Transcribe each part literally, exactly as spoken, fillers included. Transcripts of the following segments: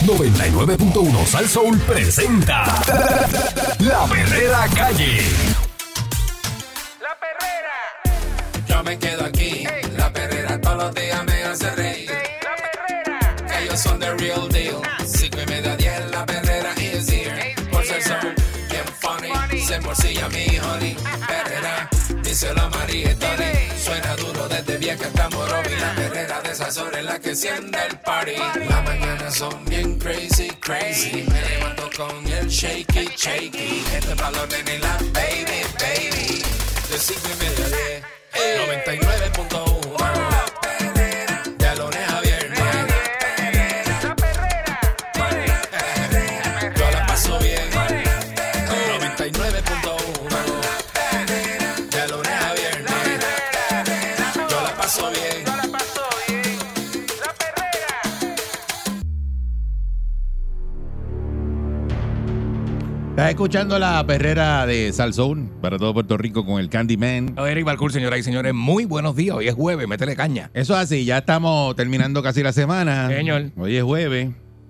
noventa y nueve punto uno Sal Soul presenta La Perrera Calle. La Perrera. Yo me quedo aquí. Hey. La Perrera todos los días me hace reír. Hey. La Perrera. Ellos son the real deal. Cinco y media diez, La Perrera is here. Hey. Por ser Soul, bien funny. funny. Se morcilla mi honey. Perrera, díselo a María y Tony. Suena duro desde vieja hasta Morovi. La Perrera de esas horas en la que enciende el party. Las mañanas son bien crazy, crazy. Me levanto con el shaky, shaky. Este valor de la baby, baby. De cinco y media a diez, hey. noventa y nueve punto uno. La Perrera. De lunes a viernes. La Perrera. Yo la paso bien. noventa y nueve punto uno. De lunes a viernes. Yo la paso bien. Yo la paso bien. La Perrera. Estás escuchando La Perrera de Sal Soul para todo Puerto Rico con el Candyman. Soy Eric Balcour, señoras y señores. Muy buenos días. Hoy es jueves. Métele caña. Eso es así, ya estamos terminando casi la semana. Señor. Hoy es jueves.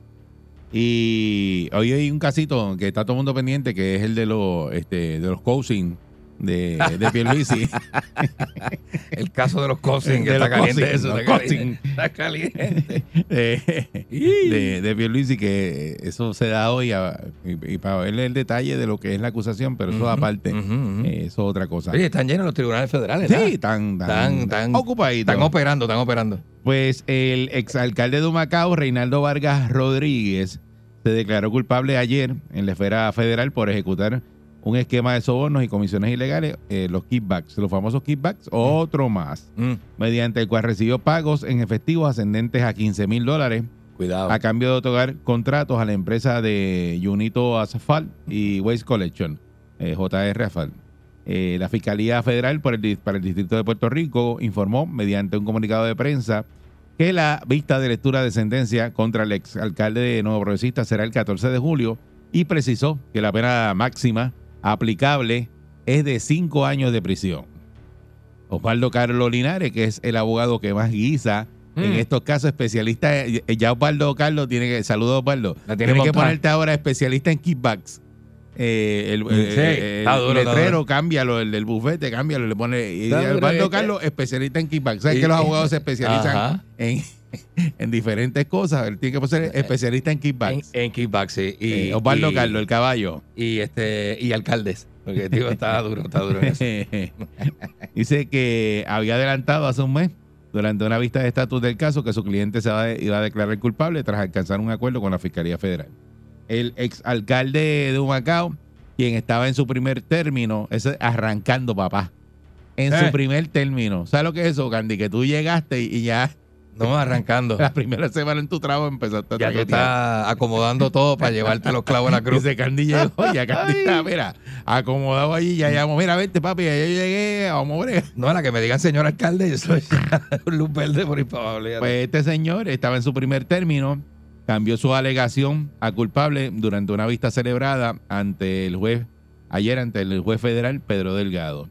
Y hoy hay un casito que está todo el mundo pendiente, que es el de los, este, de los coaching de, de Pierluisi. El caso de los coaching, que De está los caliente coaching, eso. los Está coaching. caliente. Está caliente. de, de, de Pierluisi, que eso se da hoy a- y, y para verle el detalle de lo que es la acusación, pero eso Ujú, aparte, ujú, ujú. eh, eso es otra cosa. Oye, están llenos los tribunales federales, Sí, ¿verdad? están, Están, tan, están, ocupaditos. están operando, están operando. Pues el exalcalde de Humacao, Reinaldo Vargas Rodríguez, se declaró culpable ayer en la esfera federal por ejecutar un esquema de sobornos y comisiones ilegales, eh, los kickbacks, los famosos kickbacks, otro más, Mm, mediante el cual recibió pagos en efectivo ascendentes a quince mil dólares cuidado. a cambio de otorgar contratos a la empresa de Junito Asphalt y Waste Collection, eh, J R Asphalt. Eh, la Fiscalía Federal por el, di- para el Distrito de Puerto Rico informó mediante un comunicado de prensa que la vista de lectura de sentencia contra el exalcalde de Nuevo Progresista será el catorce de julio y precisó que la pena máxima aplicable es de cinco años de prisión. Osvaldo Carlos Linares, que es el abogado que más guisa en Mm. estos casos, especialista, eh, ya Osvaldo Carlos tiene que, saludos Osvaldo, La tiene tiene que montada. ponerte ahora especialista en kickbacks. Eh, el, Sí, eh, está el duro, está letrero, duro. cámbialo, el del bufete, cámbialo, le pone. Y Está duro, Osvaldo es que- Carlos, especialista en kickbacks. ¿Sabes Y- que los abogados se especializan Ajá. en, en diferentes cosas? Él tiene que poner especialista en En, kickbacks. en kickback, sí. Y, Eh, Osvaldo y- Carlos, el caballo. Y, este, y alcaldes. Porque, tío, está duro, está duro en eso. Dice que había adelantado hace un mes, durante una vista de estatus del caso, que su cliente se va- iba a declarar culpable tras alcanzar un acuerdo con la Fiscalía Federal. El exalcalde de Humacao, quien estaba en su primer término, ese arrancando, papá. En Eh. su primer término. ¿Sabes lo que es eso, Candy? Que tú llegaste y, y ya No, arrancando. la primera semana en tu trabajo empezaste a Ya tú traquetear. estás acomodando todo para llevarte los clavos en la cruz. Dice Candy llegó, ya Candy está, mira, acomodado allí, ya llamó, mira, vente papi, ya yo llegué, vamos a bregar. No, a la que me digan señor alcalde, eso es ya un luz verde por ahí para abajo, olvídate. Pues este señor estaba en su primer término, cambió su alegación a culpable durante una vista celebrada ante el juez, ayer ante el juez federal Pedro Delgado.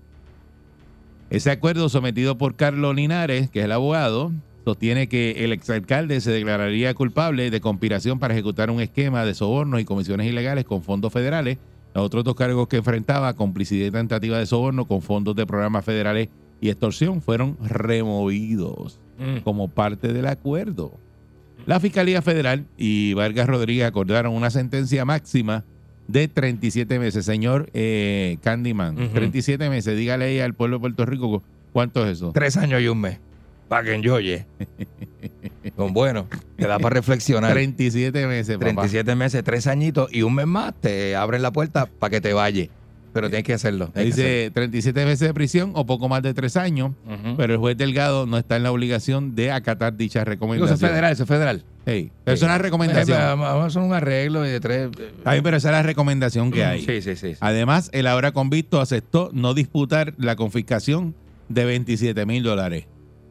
Ese acuerdo sometido por Carlos Linares, que es el abogado, sostiene que el exalcalde se declararía culpable de conspiración para ejecutar un esquema de sobornos y comisiones ilegales con fondos federales. Los otros dos cargos que enfrentaba, complicidad y tentativa de soborno con fondos de programas federales y extorsión, fueron removidos Mm. como parte del acuerdo. La Fiscalía Federal y Vargas Rodríguez acordaron una sentencia máxima de treinta y siete meses. Señor eh, Candyman, Ujú. treinta y siete meses. Dígale ahí al pueblo de Puerto Rico cuánto es eso. Tres años y un mes. Para que enjoye. Con bueno, te da para reflexionar. treinta y siete meses, papá. treinta y siete meses, tres añitos y un mes más te abren la puerta para que te vayas. Pero tienes que hacerlo. tienes que Dice treinta y siete meses de prisión o poco más de tres años, hacerlo. Ujú. pero el juez Delgado no está en la obligación de acatar dicha Digo, eso recomendación. es federal, eso es federal. Hey, pero es una recomendación. Eh, Vamos a hacer un arreglo de tres. Está bien, pero esa es la recomendación que hay. Sí, sí, sí. sí. Además, el ahora convicto aceptó no disputar la confiscación de veintisiete mil dólares.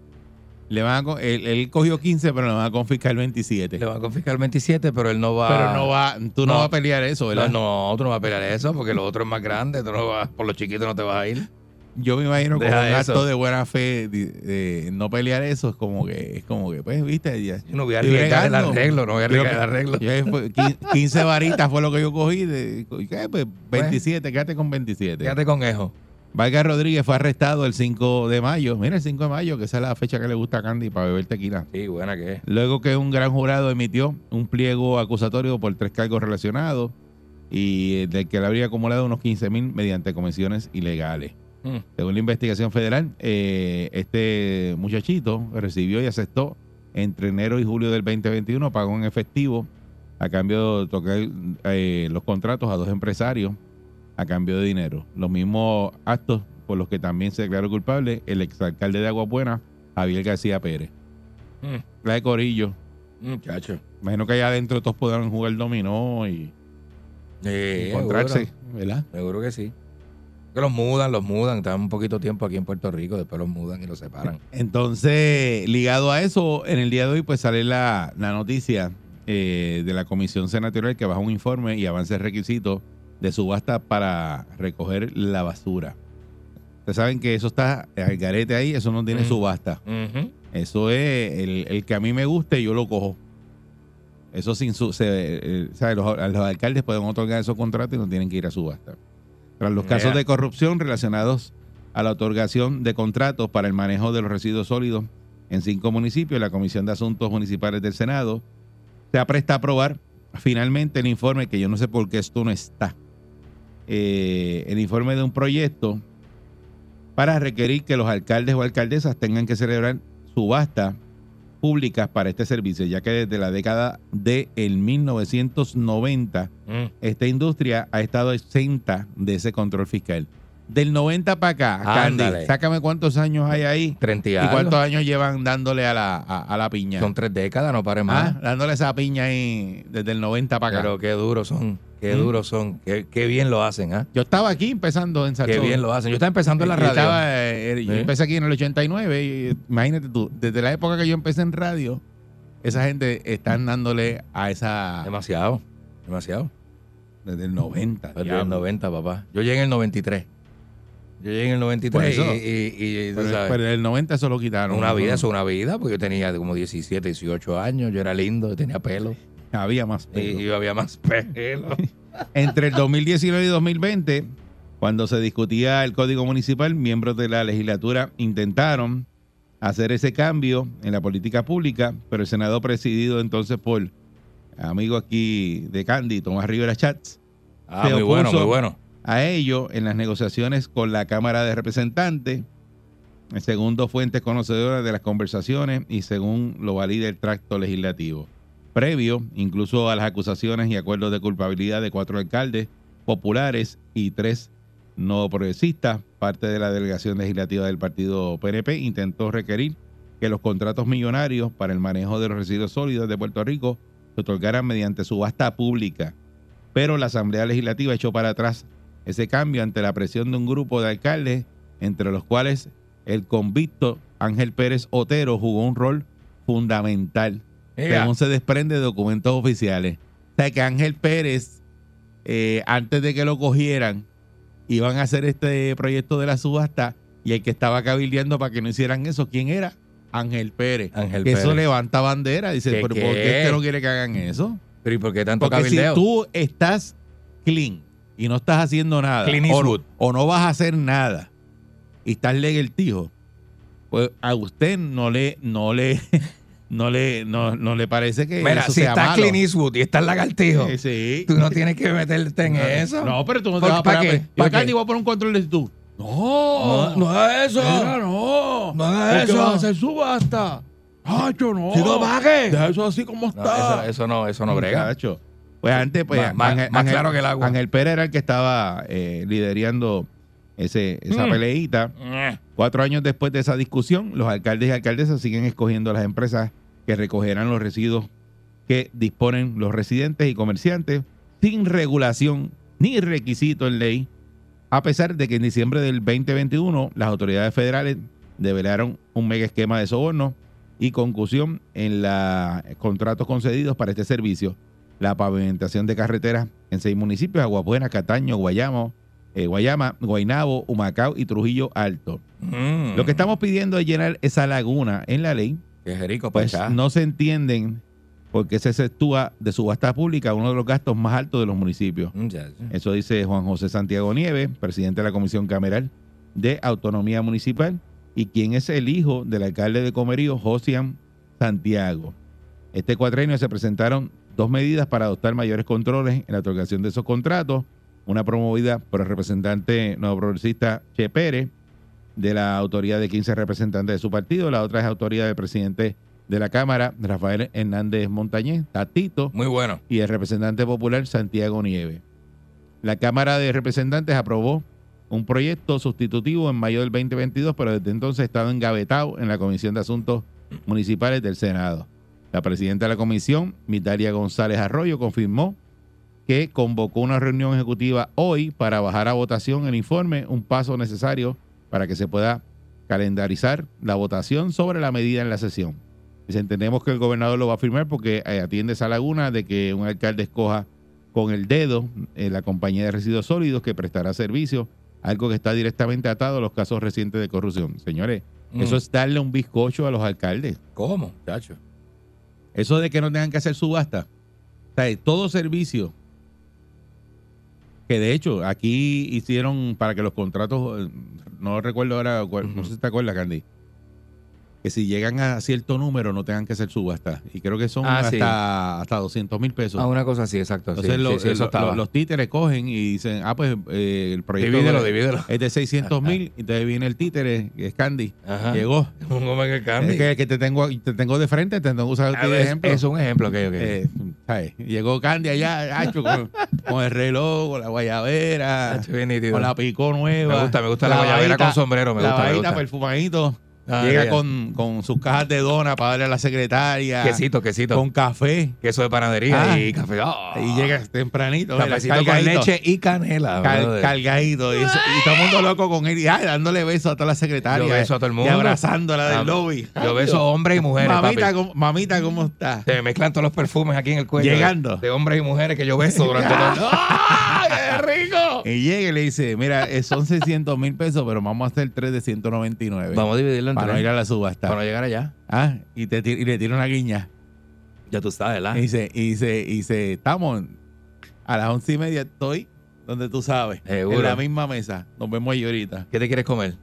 Le van a, co- él, él cogió quince, pero le van a confiscar veintisiete. Le van a confiscar veintisiete, pero él no va. Pero no va, tú no, No. vas a pelear eso, No, ¿verdad? no, tú no vas a pelear eso porque lo otro es más grande. Tú no vas, por los chiquitos no te vas a ir. yo me imagino como un Deja acto eso. de buena fe de, de no pelear eso, es como que, es como que, pues, viste, ya. Yo no voy a estoy arriesgar el bregando. arreglo, no voy a arriesgar el Yo- arreglo. yo fue- quin- quince varitas fue lo que yo cogí, de, ¿y ¿qué? Pues veintisiete, quédate con veintisiete. Quédate con eso. Vargas Rodríguez fue arrestado el cinco de mayo, mira el cinco de mayo, que esa es la fecha que le gusta a Candy para beber tequila. Sí, buena que es. Luego que un gran jurado emitió un pliego acusatorio por tres cargos relacionados y eh, del que le habría acumulado unos quince mil mediante comisiones ilegales. Mm. Según la investigación federal, eh, este muchachito recibió y aceptó entre enero y julio del veinte veintiuno pagó en efectivo a cambio de tocar eh, los contratos a dos empresarios a cambio de dinero. Los mismos actos por los que también se declaró culpable el exalcalde de Aguas Buenas, Javier García Pérez. Mm. La de Corillo. Muchacho. Imagino que allá adentro todos podrán jugar dominó y Sí, encontrarse, seguro. ¿verdad? Seguro que sí. Que los mudan, los mudan. Están un poquito tiempo aquí en Puerto Rico, después los mudan y los separan. Entonces, ligado a eso, en el día de hoy pues sale la, la noticia eh, de la Comisión Senatorial que baja un informe y avanza el requisito de subasta para recoger la basura. Ustedes saben que eso está al garete ahí, eso no tiene Mm. subasta. Ujú. Eso es el, el que a mí me guste, yo lo cojo. Eso sin su... Se, eh, ¿sabe? Los, los alcaldes pueden otorgar esos contratos y no tienen que ir a subasta. Tras los casos Mira. de corrupción relacionados a la otorgación de contratos para el manejo de los residuos sólidos en cinco municipios, la Comisión de Asuntos Municipales del Senado se apresta a aprobar finalmente el informe, que yo no sé por qué esto no está, eh, el informe de un proyecto para requerir que los alcaldes o alcaldesas tengan que celebrar subastas públicas para este servicio, ya que desde la década de el mil novecientos noventa Mm. esta industria ha estado exenta de ese control fiscal. Del noventa para acá, Candy, Ándale. sácame cuántos años hay ahí Treinta y y algo. cuántos años llevan dándole a la, a, a la piña. Son tres décadas, no pare Ah, más. dándole esa piña ahí desde el noventa para acá. Pero qué duros son, qué Mm. duros son. Qué, qué bien lo hacen, ¿ah? Yo estaba aquí empezando en Qué Salsón. bien lo hacen. Yo estaba empezando en la Yo radio. estaba, eh, yo ¿Sí? empecé aquí en el ochenta y nueve y imagínate tú, desde la época que yo empecé en radio, esa gente están dándole a esa Demasiado, demasiado. desde el noventa. Desde el diablo. noventa, papá. Yo llegué en el noventa y tres. Yo llegué en el noventa y Por tres eso. y, y, y, tú Pero, sabes, pero el noventa eso lo quitaron. una vida, ¿no? eso es una vida, porque yo tenía como diecisiete, dieciocho años, yo era lindo, yo tenía pelo Había más y, pelo. y yo había más pelo. Entre el dos mil diecinueve y dos mil veinte, cuando se discutía el Código Municipal, miembros de la legislatura intentaron hacer ese cambio en la política pública, pero el Senado, presidido entonces por amigo aquí de Candy, Tomás Rivera Chats, Ah, Se muy bueno, opuso muy bueno. a ello en las negociaciones con la Cámara de Representantes, segundo fuentes conocedoras de las conversaciones y según lo valida el tracto legislativo. Previo incluso a las acusaciones y acuerdos de culpabilidad de cuatro alcaldes populares y tres no progresistas, parte de la delegación legislativa del partido P N P intentó requerir que los contratos millonarios para el manejo de los residuos sólidos de Puerto Rico se otorgaran mediante subasta pública. Pero la Asamblea Legislativa echó para atrás ese cambio ante la presión de un grupo de alcaldes, entre los cuales el convicto Ángel Pérez Otero jugó un rol fundamental, Mira, según se desprende de documentos oficiales. O sea que Ángel Pérez, eh, antes de que lo cogieran, iban a hacer este proyecto de la subasta y el que estaba cabildeando para que no hicieran eso, ¿quién era? Ángel Pérez. Ángel que eso Pérez. levanta bandera. Dice, ¿Qué, ¿pero qué? por qué este no quiere que hagan eso? pero ¿y por qué tanto Porque cabildeo? si tú estás clean y no estás haciendo nada, Clint o, Eastwood. o no vas a hacer nada y estás legaltijo, pues a usted no le, no le, no le, no, no le parece que Mira, eso si sea está malo. Clint Eastwood y está el lagartijo, Eh, sí. tú no tienes que meterte en No, eso. No, pero tú no te ¿Por- vas a para poner. qué? Yo ¿Para acá qué? te voy a poner un control de tú. No, No, no hagas eso. Mira, no. No hagas Porque eso. vas a hacer subasta. Hacho, no. Si no pagues. Deja eso así como No, está. eso, eso no, eso no brega. Muchacho. Pues antes, pues, Más- más- más claro que el agua. Ángel Pérez era el que estaba eh, liderando ese, esa Mm. peleita. Cuatro años después de esa discusión, los alcaldes y alcaldesas siguen escogiendo las empresas que recogerán los residuos que disponen los residentes y comerciantes sin regulación ni requisito en ley, a pesar de que en diciembre del veinte veintiuno las autoridades federales develaron un mega esquema de soborno y concusión en los contratos concedidos para este servicio. La pavimentación de carreteras en seis municipios: Aguabuena, Cataño, Guayamo, eh, Guayama, Guaynabo, Humacao y Trujillo Alto. Mm. Lo que estamos pidiendo es llenar esa laguna en la ley, Qué rico, pues pues no se entienden por qué se exceptúa de subasta pública uno de los gastos más altos de los municipios. Eso dice Juan José Santiago Nieves, presidente de la Comisión Cameral de Autonomía Municipal, y quien es el hijo del alcalde de Comerío, Josian Santiago. Este cuatrenio se presentaron dos medidas para adoptar mayores controles en la otorgación de esos contratos, una promovida por el representante nuevo progresista Che Pérez, de la autoridad de quince representantes de su partido, la otra es autoridad del presidente de la Cámara, Rafael Hernández Montañez, Tatito, muy bueno, y el representante popular Santiago Nieves. La Cámara de Representantes aprobó un proyecto sustitutivo en mayo del veinte veintidós, pero desde entonces ha estado engavetado en la Comisión de Asuntos Municipales del Senado. La presidenta de la comisión, Mitalia González Arroyo, confirmó que convocó una reunión ejecutiva hoy para bajar a votación el informe, un paso necesario para que se pueda calendarizar la votación sobre la medida en la sesión. Dice, entendemos que el gobernador lo va a firmar porque eh, atiende esa laguna de que un alcalde escoja con el dedo eh, la compañía de residuos sólidos que prestará servicio, algo que está directamente atado a los casos recientes de corrupción. Señores, mm. eso es darle un bizcocho a los alcaldes. ¿Cómo, chacho? Eso de que no tengan que hacer subasta. O sea, todo servicio que de hecho aquí hicieron para que los contratos, no recuerdo ahora, uh-huh. no sé si te acuerdas, Candy, que si llegan a cierto número no tengan que hacer subasta. Y creo que son ah, hasta, sí. hasta doscientos mil pesos. Ah, una cosa así, exacto. Entonces sí, lo, sí, sí, eso lo, lo, los títeres cogen y dicen, ah, pues eh, el proyecto divídelo, de, divídelo. es de seiscientos mil, y entonces viene el títere, que es Candy. Ajá. Llegó. Un hombre que Candy. Es que, que te, tengo, te tengo de frente, te tengo que usar a de ver, ejemplo. Es un ejemplo, ok, ok. Eh, ¿sabes? Llegó Candy allá, hacho, con, con el reloj, con la guayabera, hacho, bien nítido. con la picó nueva. Me gusta, me gusta la, la guayabera con sombrero, me la gusta, me guayita gusta. perfumadito. Ah, Llega ya. con, con sus cajas de dona para darle a la secretaria. Quesito, quesito. Con café. Queso de panadería ah, y café. Oh. Y llega tempranito. Cafecito con leche y canela. Cal, cargadito. Y, eso, y todo el mundo loco con él. Y ay, dándole besos a toda la secretaria. Yo beso a todo el mundo. Y abrazándola del ah, lobby. Yo beso a hombres y mujeres, mamita, papi. ¿cómo, mamita, ¿cómo está? Se me mezclan todos los perfumes aquí en el cuello. Llegando. De, de hombres y mujeres que yo beso durante todo. ¡Ah, qué rico! Y llega y le dice, mira, son seiscientos mil pesos, pero vamos a hacer tres de ciento noventa y nueve. Vamos a dividirlo en para tres. Para no ir a la subasta. Para no llegar allá. Ah, y, te, y le tira una guiña. Ya tú sabes, ¿verdad? Y dice, y dice, y dice, estamos a las once y media, estoy donde tú sabes. Seguro. En la misma mesa. Nos vemos ahí ahorita. ¿Qué te quieres comer?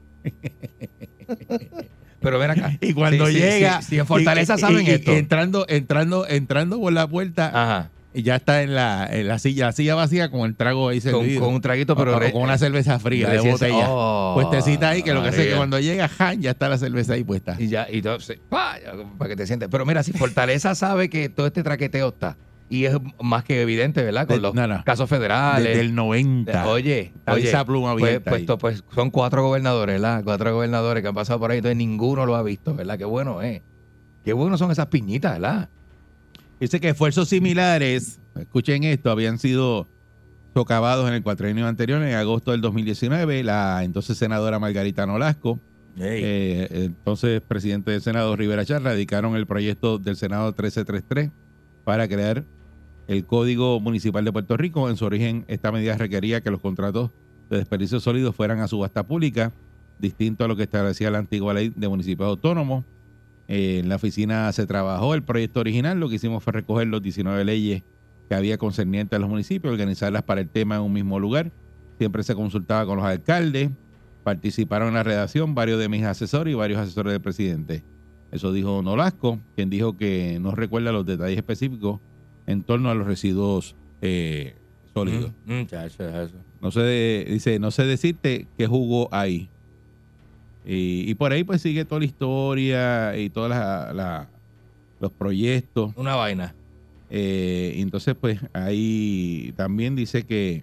Pero ven acá. Y cuando sí, llega. Sí, sí, sí, en Fortaleza y, saben y, esto. Y entrando, entrando, entrando por la puerta. Ajá. Y ya está en la, en la silla, la silla vacía con el trago ahí servido. Con, con un traguito, pero... O, o con una cerveza fría de botella. Oh, puestecita ahí, que lo que hace es que cuando llega Han, ya está la cerveza ahí puesta. Y ya, y todo, ¡pah! Para que te sientes. Pero mira, si Fortaleza sabe que todo este traqueteo está, y es más que evidente, ¿verdad? Con de, los no, no. casos federales. Desde el noventa. Oye, oye esa pluma abierta pues, pues, pues son cuatro gobernadores, ¿verdad? Cuatro gobernadores que han pasado por ahí, entonces ninguno lo ha visto, ¿verdad? Qué bueno es. Qué bueno son esas piñitas, ¿verdad? Dice que esfuerzos similares, escuchen esto, habían sido socavados en el cuatrienio anterior, en agosto del dos mil diecinueve. La entonces senadora Margarita Nolasco, hey. eh, entonces presidente del Senado Rivera Char, radicaron el proyecto del Senado trece treinta y tres para crear el Código Municipal de Puerto Rico. En su origen, esta medida requería que los contratos de desperdicios sólidos fueran a subasta pública, distinto a lo que establecía la antigua ley de municipios autónomos. En la oficina se trabajó el proyecto original. Lo que hicimos fue recoger los diecinueve leyes que había concernientes a los municipios, organizarlas para el tema en un mismo lugar. Siempre se consultaba con los alcaldes. Participaron en la redacción varios de mis asesores y varios asesores del presidente. Eso dijo Nolasco, quien dijo que no recuerda los detalles específicos en torno a los residuos eh, sólidos. Mm, mm, chacho, eso. No sé, de, dice, no sé decirte qué jugó ahí. Y, y por ahí pues sigue toda la historia y todos la, la, los proyectos. Una vaina. Eh, entonces pues ahí también dice que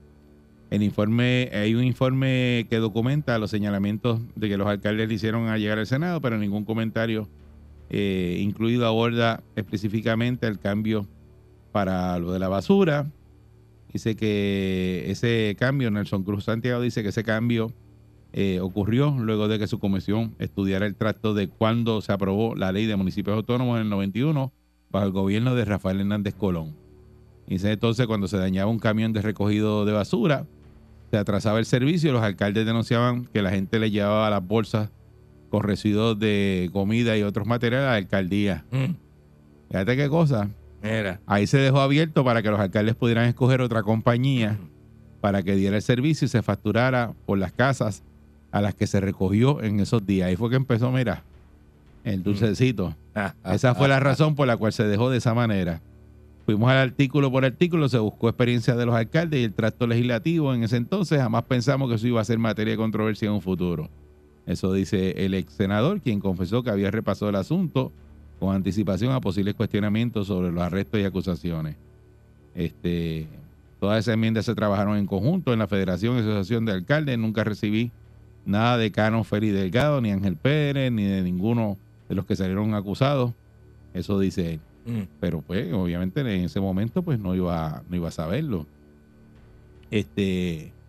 el informe, hay un informe que documenta los señalamientos de que los alcaldes le hicieron a llegar al Senado, pero ningún comentario eh, incluido aborda específicamente el cambio para lo de la basura. Dice que ese cambio, Nelson Cruz Santiago dice que ese cambio Eh, ocurrió luego de que su comisión estudiara el tracto de cuando se aprobó la ley de municipios autónomos en el noventa y uno bajo el gobierno de Rafael Hernández Colón. Dice entonces cuando se dañaba un camión de recogido de basura, se atrasaba el servicio y los alcaldes denunciaban que la gente le llevaba las bolsas con residuos de comida y otros materiales a la alcaldía. Mm. Fíjate qué cosa. Mira. Ahí se dejó abierto para que los alcaldes pudieran escoger otra compañía mm. para que diera el servicio y se facturara por las casas a las que se recogió en esos días. Ahí fue que empezó, mira, el dulcecito. Mm. Ah, ah, Esa fue ah, la razón por la cual se dejó de esa manera. Fuimos al artículo por artículo, se buscó experiencia de los alcaldes y el tracto legislativo en ese entonces. Jamás pensamos que eso iba a ser materia de controversia en un futuro. Eso dice el ex senador, quien confesó que había repasado el asunto con anticipación a posibles cuestionamientos sobre los arrestos y acusaciones. Este, todas esas enmiendas se trabajaron en conjunto en la Federación y Asociación de Alcaldes. Nunca recibí nada de Cano Félix Delgado, ni Ángel Pérez, ni de ninguno de los que salieron acusados. Eso dice él. Mm. Pero pues, obviamente en ese momento pues no iba, no iba a saberlo. Este...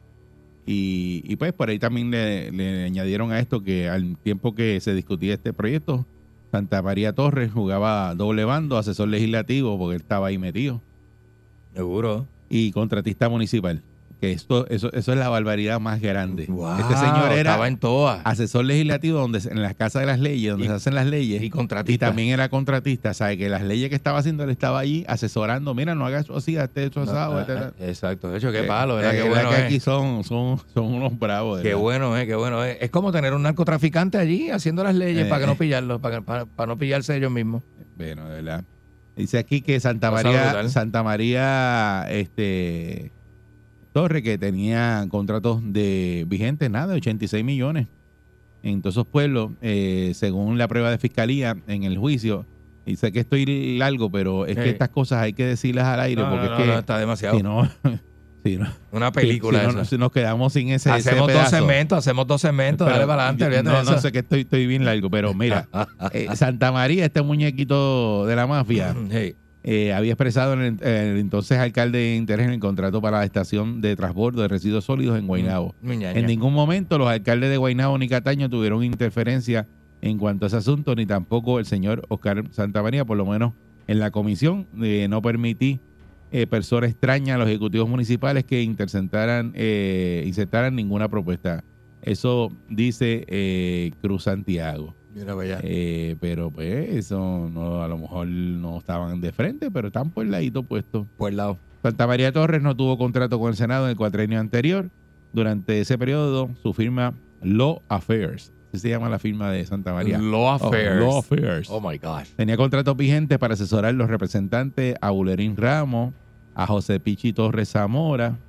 Y, y pues por ahí también le, le añadieron a esto que al tiempo que se discutía este proyecto, Santa María Torres jugaba doble bando, asesor legislativo, porque él estaba ahí metido. Seguro. Y contratista municipal. Que esto, eso, eso es la barbaridad más grande. Wow, este señor era estaba en todas. asesor legislativo donde en las casas de las leyes, donde y, se hacen las leyes. Y contratista. Y también era contratista. ¿Sabe? Que las leyes que estaba haciendo, él estaba allí asesorando. Mira, no hagas eso así, hazte eso asado. No, este, exacto. De hecho, qué palo, ¿verdad? Eh, qué bueno que es. Aquí son, son, son unos bravos. Qué bueno es, qué bueno es. Es como tener un narcotraficante allí haciendo las leyes eh, para que no pillarlos, para, para, para no pillarse ellos mismos. Bueno, de verdad. Dice aquí que Santa María, Santa María, este... Torre, que tenía contratos de vigentes, nada, de ochenta y seis millones en todos esos pueblos, eh, según la prueba de fiscalía en el juicio. Y sé que estoy largo, pero es sí. que estas cosas hay que decirlas al aire, no, porque no, es que no, está demasiado. Si no, si no, una película. Si, si, no, si nos quedamos sin ese Hacemos ese dos segmentos, hacemos dos segmentos, pero, dale para adelante. No, no sé que estoy, estoy bien largo, pero mira, eh, Santa María, este muñequito de la mafia, hey. Eh, había expresado en el, el entonces alcalde de interés en el contrato para la estación de transbordo de residuos sólidos en Guaynabo. Mm, en ningún momento los alcaldes de Guaynabo ni Cataño tuvieron interferencia en cuanto a ese asunto, ni tampoco el señor Oscar Santamaría, por lo menos en la comisión. Eh, no permití eh, personas extrañas a los ejecutivos municipales que intercentaran, eh, insertaran ninguna propuesta. Eso dice eh, Cruz Santiago. Mira, vaya. Eh, pero pues eso no, a lo mejor no estaban de frente, pero están por el ladito puestos. Por el lado. Santa María Torres no tuvo contrato con el Senado en el cuatrienio anterior. Durante ese periodo, su firma Law Affairs, así se llama la firma de Santa María. Law Affairs. Oh, Law Affairs. Oh my God. Tenía contratos vigentes para asesorar los representantes a Bulerín Ramos, a José Pichi Torres Zamora.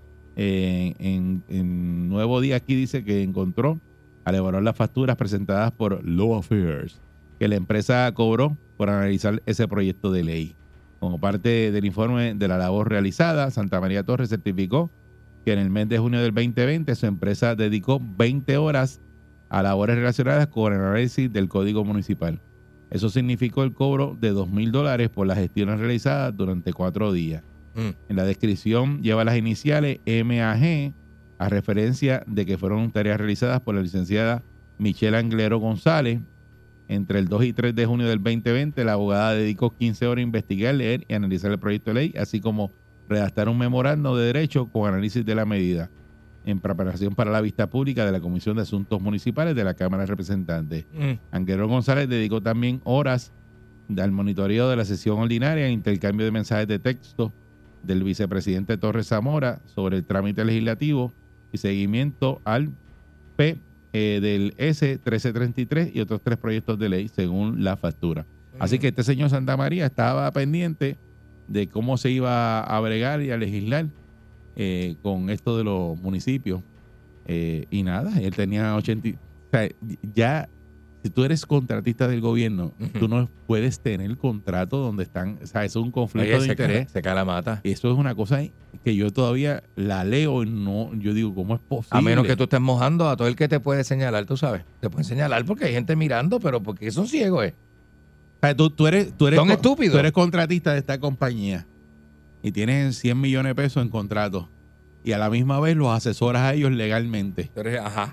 Eh, en, en Nuevo Día aquí dice que encontró al evaluar las facturas presentadas por Law Affairs que la empresa cobró por analizar ese proyecto de ley. Como parte del informe de la labor realizada, Santa María Torres certificó que en el mes de junio del veinte veinte su empresa dedicó veinte horas a labores relacionadas con el análisis del Código Municipal. Eso significó el cobro de dos mil dólares por las gestiones realizadas durante cuatro días. Mm. En la descripción lleva las iniciales M A G, a referencia de que fueron tareas realizadas por la licenciada Michelle Anglero González. Entre el dos y tres de junio del veinte veinte, la abogada dedicó quince horas a investigar, leer y analizar el proyecto de ley, así como redactar un memorando de derecho con análisis de la medida, en preparación para la vista pública de la Comisión de Asuntos Municipales de la Cámara de Representantes. Mm. Anglero González dedicó también horas al monitoreo de la sesión ordinaria e intercambio de mensajes de texto del vicepresidente Torres Zamora sobre el trámite legislativo y seguimiento al P eh, del S trece treinta y tres y otros tres proyectos de ley según la factura. Mm. Así que este señor Santa María estaba pendiente de cómo se iba a bregar y a legislar eh, con esto de los municipios. Eh, y nada, él tenía ochenta. O sea, ya, si tú eres contratista del gobierno, uh-huh. tú no puedes tener contrato donde están. O sea, eso es un conflicto Oye, de se interés. Cae, se cae la mata. Y eso es una cosa que yo todavía la leo y no. Yo digo, ¿cómo es posible? A menos que tú estés mojando a todo el que te puede señalar, tú sabes. Te pueden señalar porque hay gente mirando, pero porque son ciegos, ¿eh? O sea, tú, tú eres, tú eres, son estúpidos. Tú eres contratista de esta compañía y tienes cien millones de pesos en contratos y a la misma vez los asesoras a ellos legalmente. Tú eres, ajá.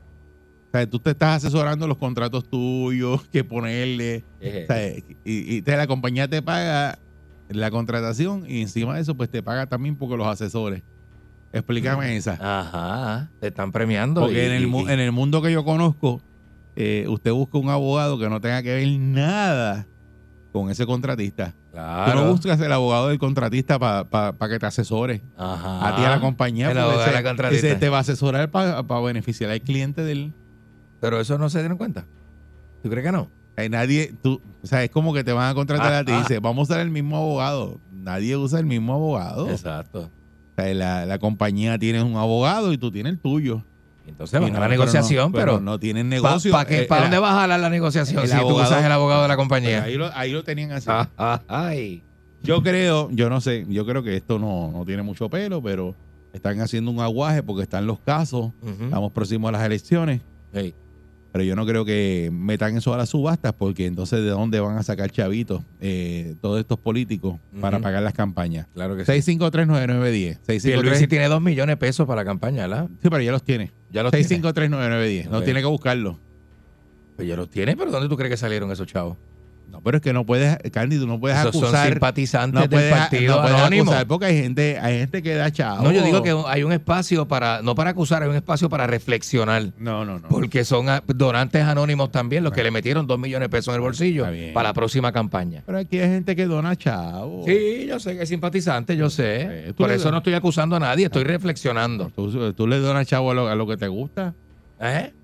O sea, tú te estás asesorando los contratos tuyos, que ponerle. O sea, y, y te, la compañía te paga la contratación y encima de eso, pues te paga también porque los asesores. Explícame esa. Ajá, te están premiando. Porque y, en, el, y, en el mundo que yo conozco, eh, usted busca un abogado que no tenga que ver nada con ese contratista. Claro. Tú no buscas el abogado del contratista para pa, pa que te asesore. Ajá. A ti a la compañía. El abogado ese, de la contratista. ese te va a asesorar para pa beneficiar al cliente del... Pero eso no se dieron cuenta. ¿Tú crees que no? Hay nadie, tú, o sea, es como que te van a contratar Ah, a ti y ah. dice, vamos a usar el mismo abogado. Nadie usa el mismo abogado. Exacto. O sea, la, la compañía tiene un abogado y tú tienes el tuyo. Entonces van Y a no, la negociación, pero, no, pero, pero no tienen negocio. ¿Para pa Eh, pa el- dónde vas a jalar la negociación el si tú abogado- usas el abogado de la Pues compañía? ahí, lo, ahí lo tenían así. Ah, ah, ay. Yo creo, yo no sé, yo creo que esto no, no tiene mucho pelo, pero están haciendo un aguaje porque están los casos. Ujú. Estamos próximos a las elecciones. Hey. Pero yo no creo que metan eso a las subastas porque entonces de dónde van a sacar chavitos eh, todos estos políticos para Ujú. pagar las campañas. Claro que sí. seis cinco tres nueve nueve uno cero. seis cinco Pierluisi tres tiene dos millones de pesos para la campaña, ¿verdad? Sí, pero ya los tiene. Ya los seis tiene. cinco tres nueve nueve uno cero. No Ok. tiene que buscarlo. Pues ya los tiene, pero ¿dónde tú crees que salieron esos chavos? No, pero es que no puedes, Candy, tú no puedes Esos son acusar. simpatizantes No del puedes, partido no puedes anónimo. acusar porque hay gente, hay gente que da chavo. No, yo digo que hay un espacio para, no para acusar, hay un espacio para reflexionar. No, no, no. Porque son a- donantes anónimos también los que le metieron dos millones de pesos en el bolsillo Está bien. para la próxima campaña. Pero aquí hay gente que dona chavo. Sí, yo sé que es simpatizante, yo sé. Eh, tú Por le eso das- no estoy acusando a nadie, estoy reflexionando. ¿Tú, tú le donas chavo a lo, a lo que te gusta ¿Eh?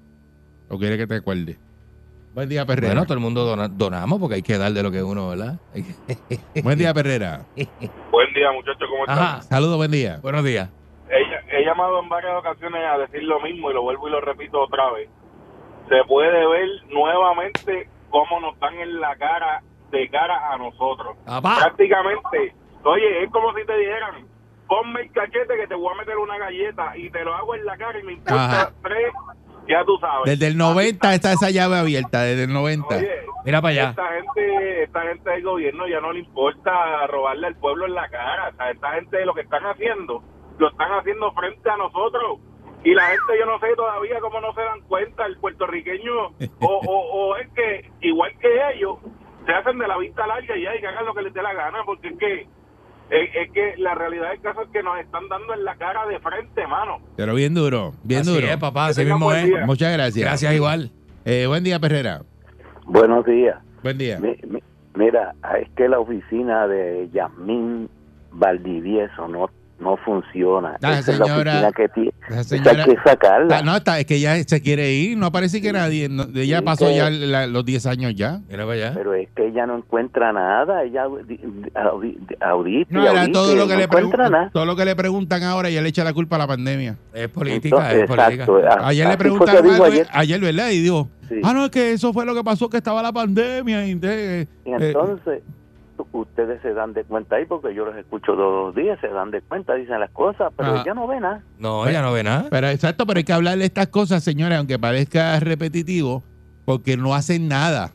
o quieres que te acuerde? Buen día, Perrera. Bueno, todo el mundo dona- donamos porque hay que dar de lo que uno, ¿verdad? Hay que- Buen día, Perrera. Buen día, muchachos, ¿cómo están? Ajá. Saludos, buen día. Buenos días. He, he llamado en varias ocasiones a decir lo mismo y lo vuelvo y lo repito otra vez. Se puede ver nuevamente cómo nos dan en la cara, de cara a nosotros. ¡Apá! Prácticamente, oye, es como si te dijeran, ponme el cachete que te voy a meter una galleta y te lo hago en la cara y me importa Ajá. tres, ya tú sabes. Desde el noventa está esa llave abierta, desde el noventa. Oye, Mira para allá. esta gente, esta gente del gobierno ya no le importa robarle al pueblo en la cara. O sea, esta gente lo que están haciendo, lo están haciendo frente a nosotros. Y la gente, yo no sé todavía cómo no se dan cuenta, el puertorriqueño, o, o, o es que, igual que ellos, se hacen de la vista larga y ya, y que hagan lo que les dé la gana, porque es que, es, es que la realidad del caso es que nos están dando en la cara de frente, mano. Pero bien duro, bien Así duro. es, papá, Que así tengan mismo buen es. día. Muchas gracias. Gracias igual. Eh, buen día, Perrera. Buenos días. Buen día. Mi- mi- mira, es que la oficina de Yasmín Valdivieso no no funciona. La Esa es la señora- oficina que tiene. la Esa señora- hay que sacarla. Ah, no, está, es que ella se quiere ir, no parece que nadie. no- ella Sí, pasó que- ya la- los diez años ya. Mira para allá. Pero es que ella no encuentra nada. Ella audi- audi- audita y No, era audita todo y lo que no le encuentra preguntan, nada. todo lo que le preguntan ahora, ella le echa la culpa a la pandemia. Es política, Entonces, es política. exacto. A- Ayer así le fue preguntaron que dijo algo, ayer. ayer, ¿verdad? Y dijo, Sí. ah, no, es que eso fue lo que pasó, que estaba la pandemia. Y, entonces, Y eh, entonces, ustedes se dan de cuenta ahí, porque yo los escucho todos los días, se dan de cuenta, dicen las cosas, pero Ajá. ella no ve nada. No, ella no ve nada. pero exacto, pero hay que hablar de estas cosas, señores, aunque parezca repetitivo, porque no hacen nada.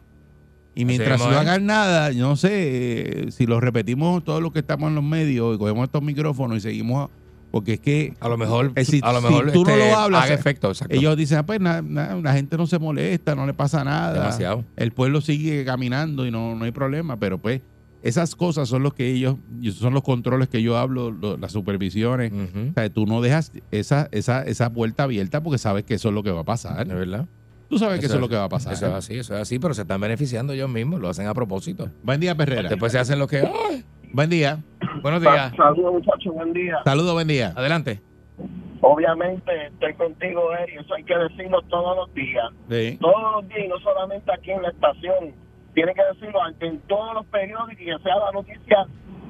Y mientras mismo no es. hagan nada, yo no sé, eh, si lo repetimos todos los que estamos en los medios y cogemos estos micrófonos y seguimos, porque es que A lo mejor, Eh, si- a lo si mejor tú no este, lo hablas, haga eh, efecto, exacto. ellos dicen, ah, pues na- na- la gente no se molesta, no le pasa nada. Demasiado. El pueblo sigue caminando y no, no hay problema, pero pues esas cosas son los que ellos, son los controles que yo hablo, lo- las supervisiones. Ujú. O sea, tú no dejas esa, esa, esa puerta abierta porque sabes que eso es lo que va a pasar. ¿De verdad? Tú sabes que eso es lo que va a pasar. Eso es así, eso es así, pero se están beneficiando ellos mismos, lo hacen a propósito. Buen día, Perrera. Después se hacen lo que... ¡Ay! Buen día. Buenos días. Saludos, muchachos, buen día. Saludos, buen día. Adelante. Obviamente estoy contigo, Eri, eso hay que decirlo todos los días. Sí. Todos los días, y no solamente aquí en la estación. Tiene que decirlo en todos los periódicos y que sea la noticia,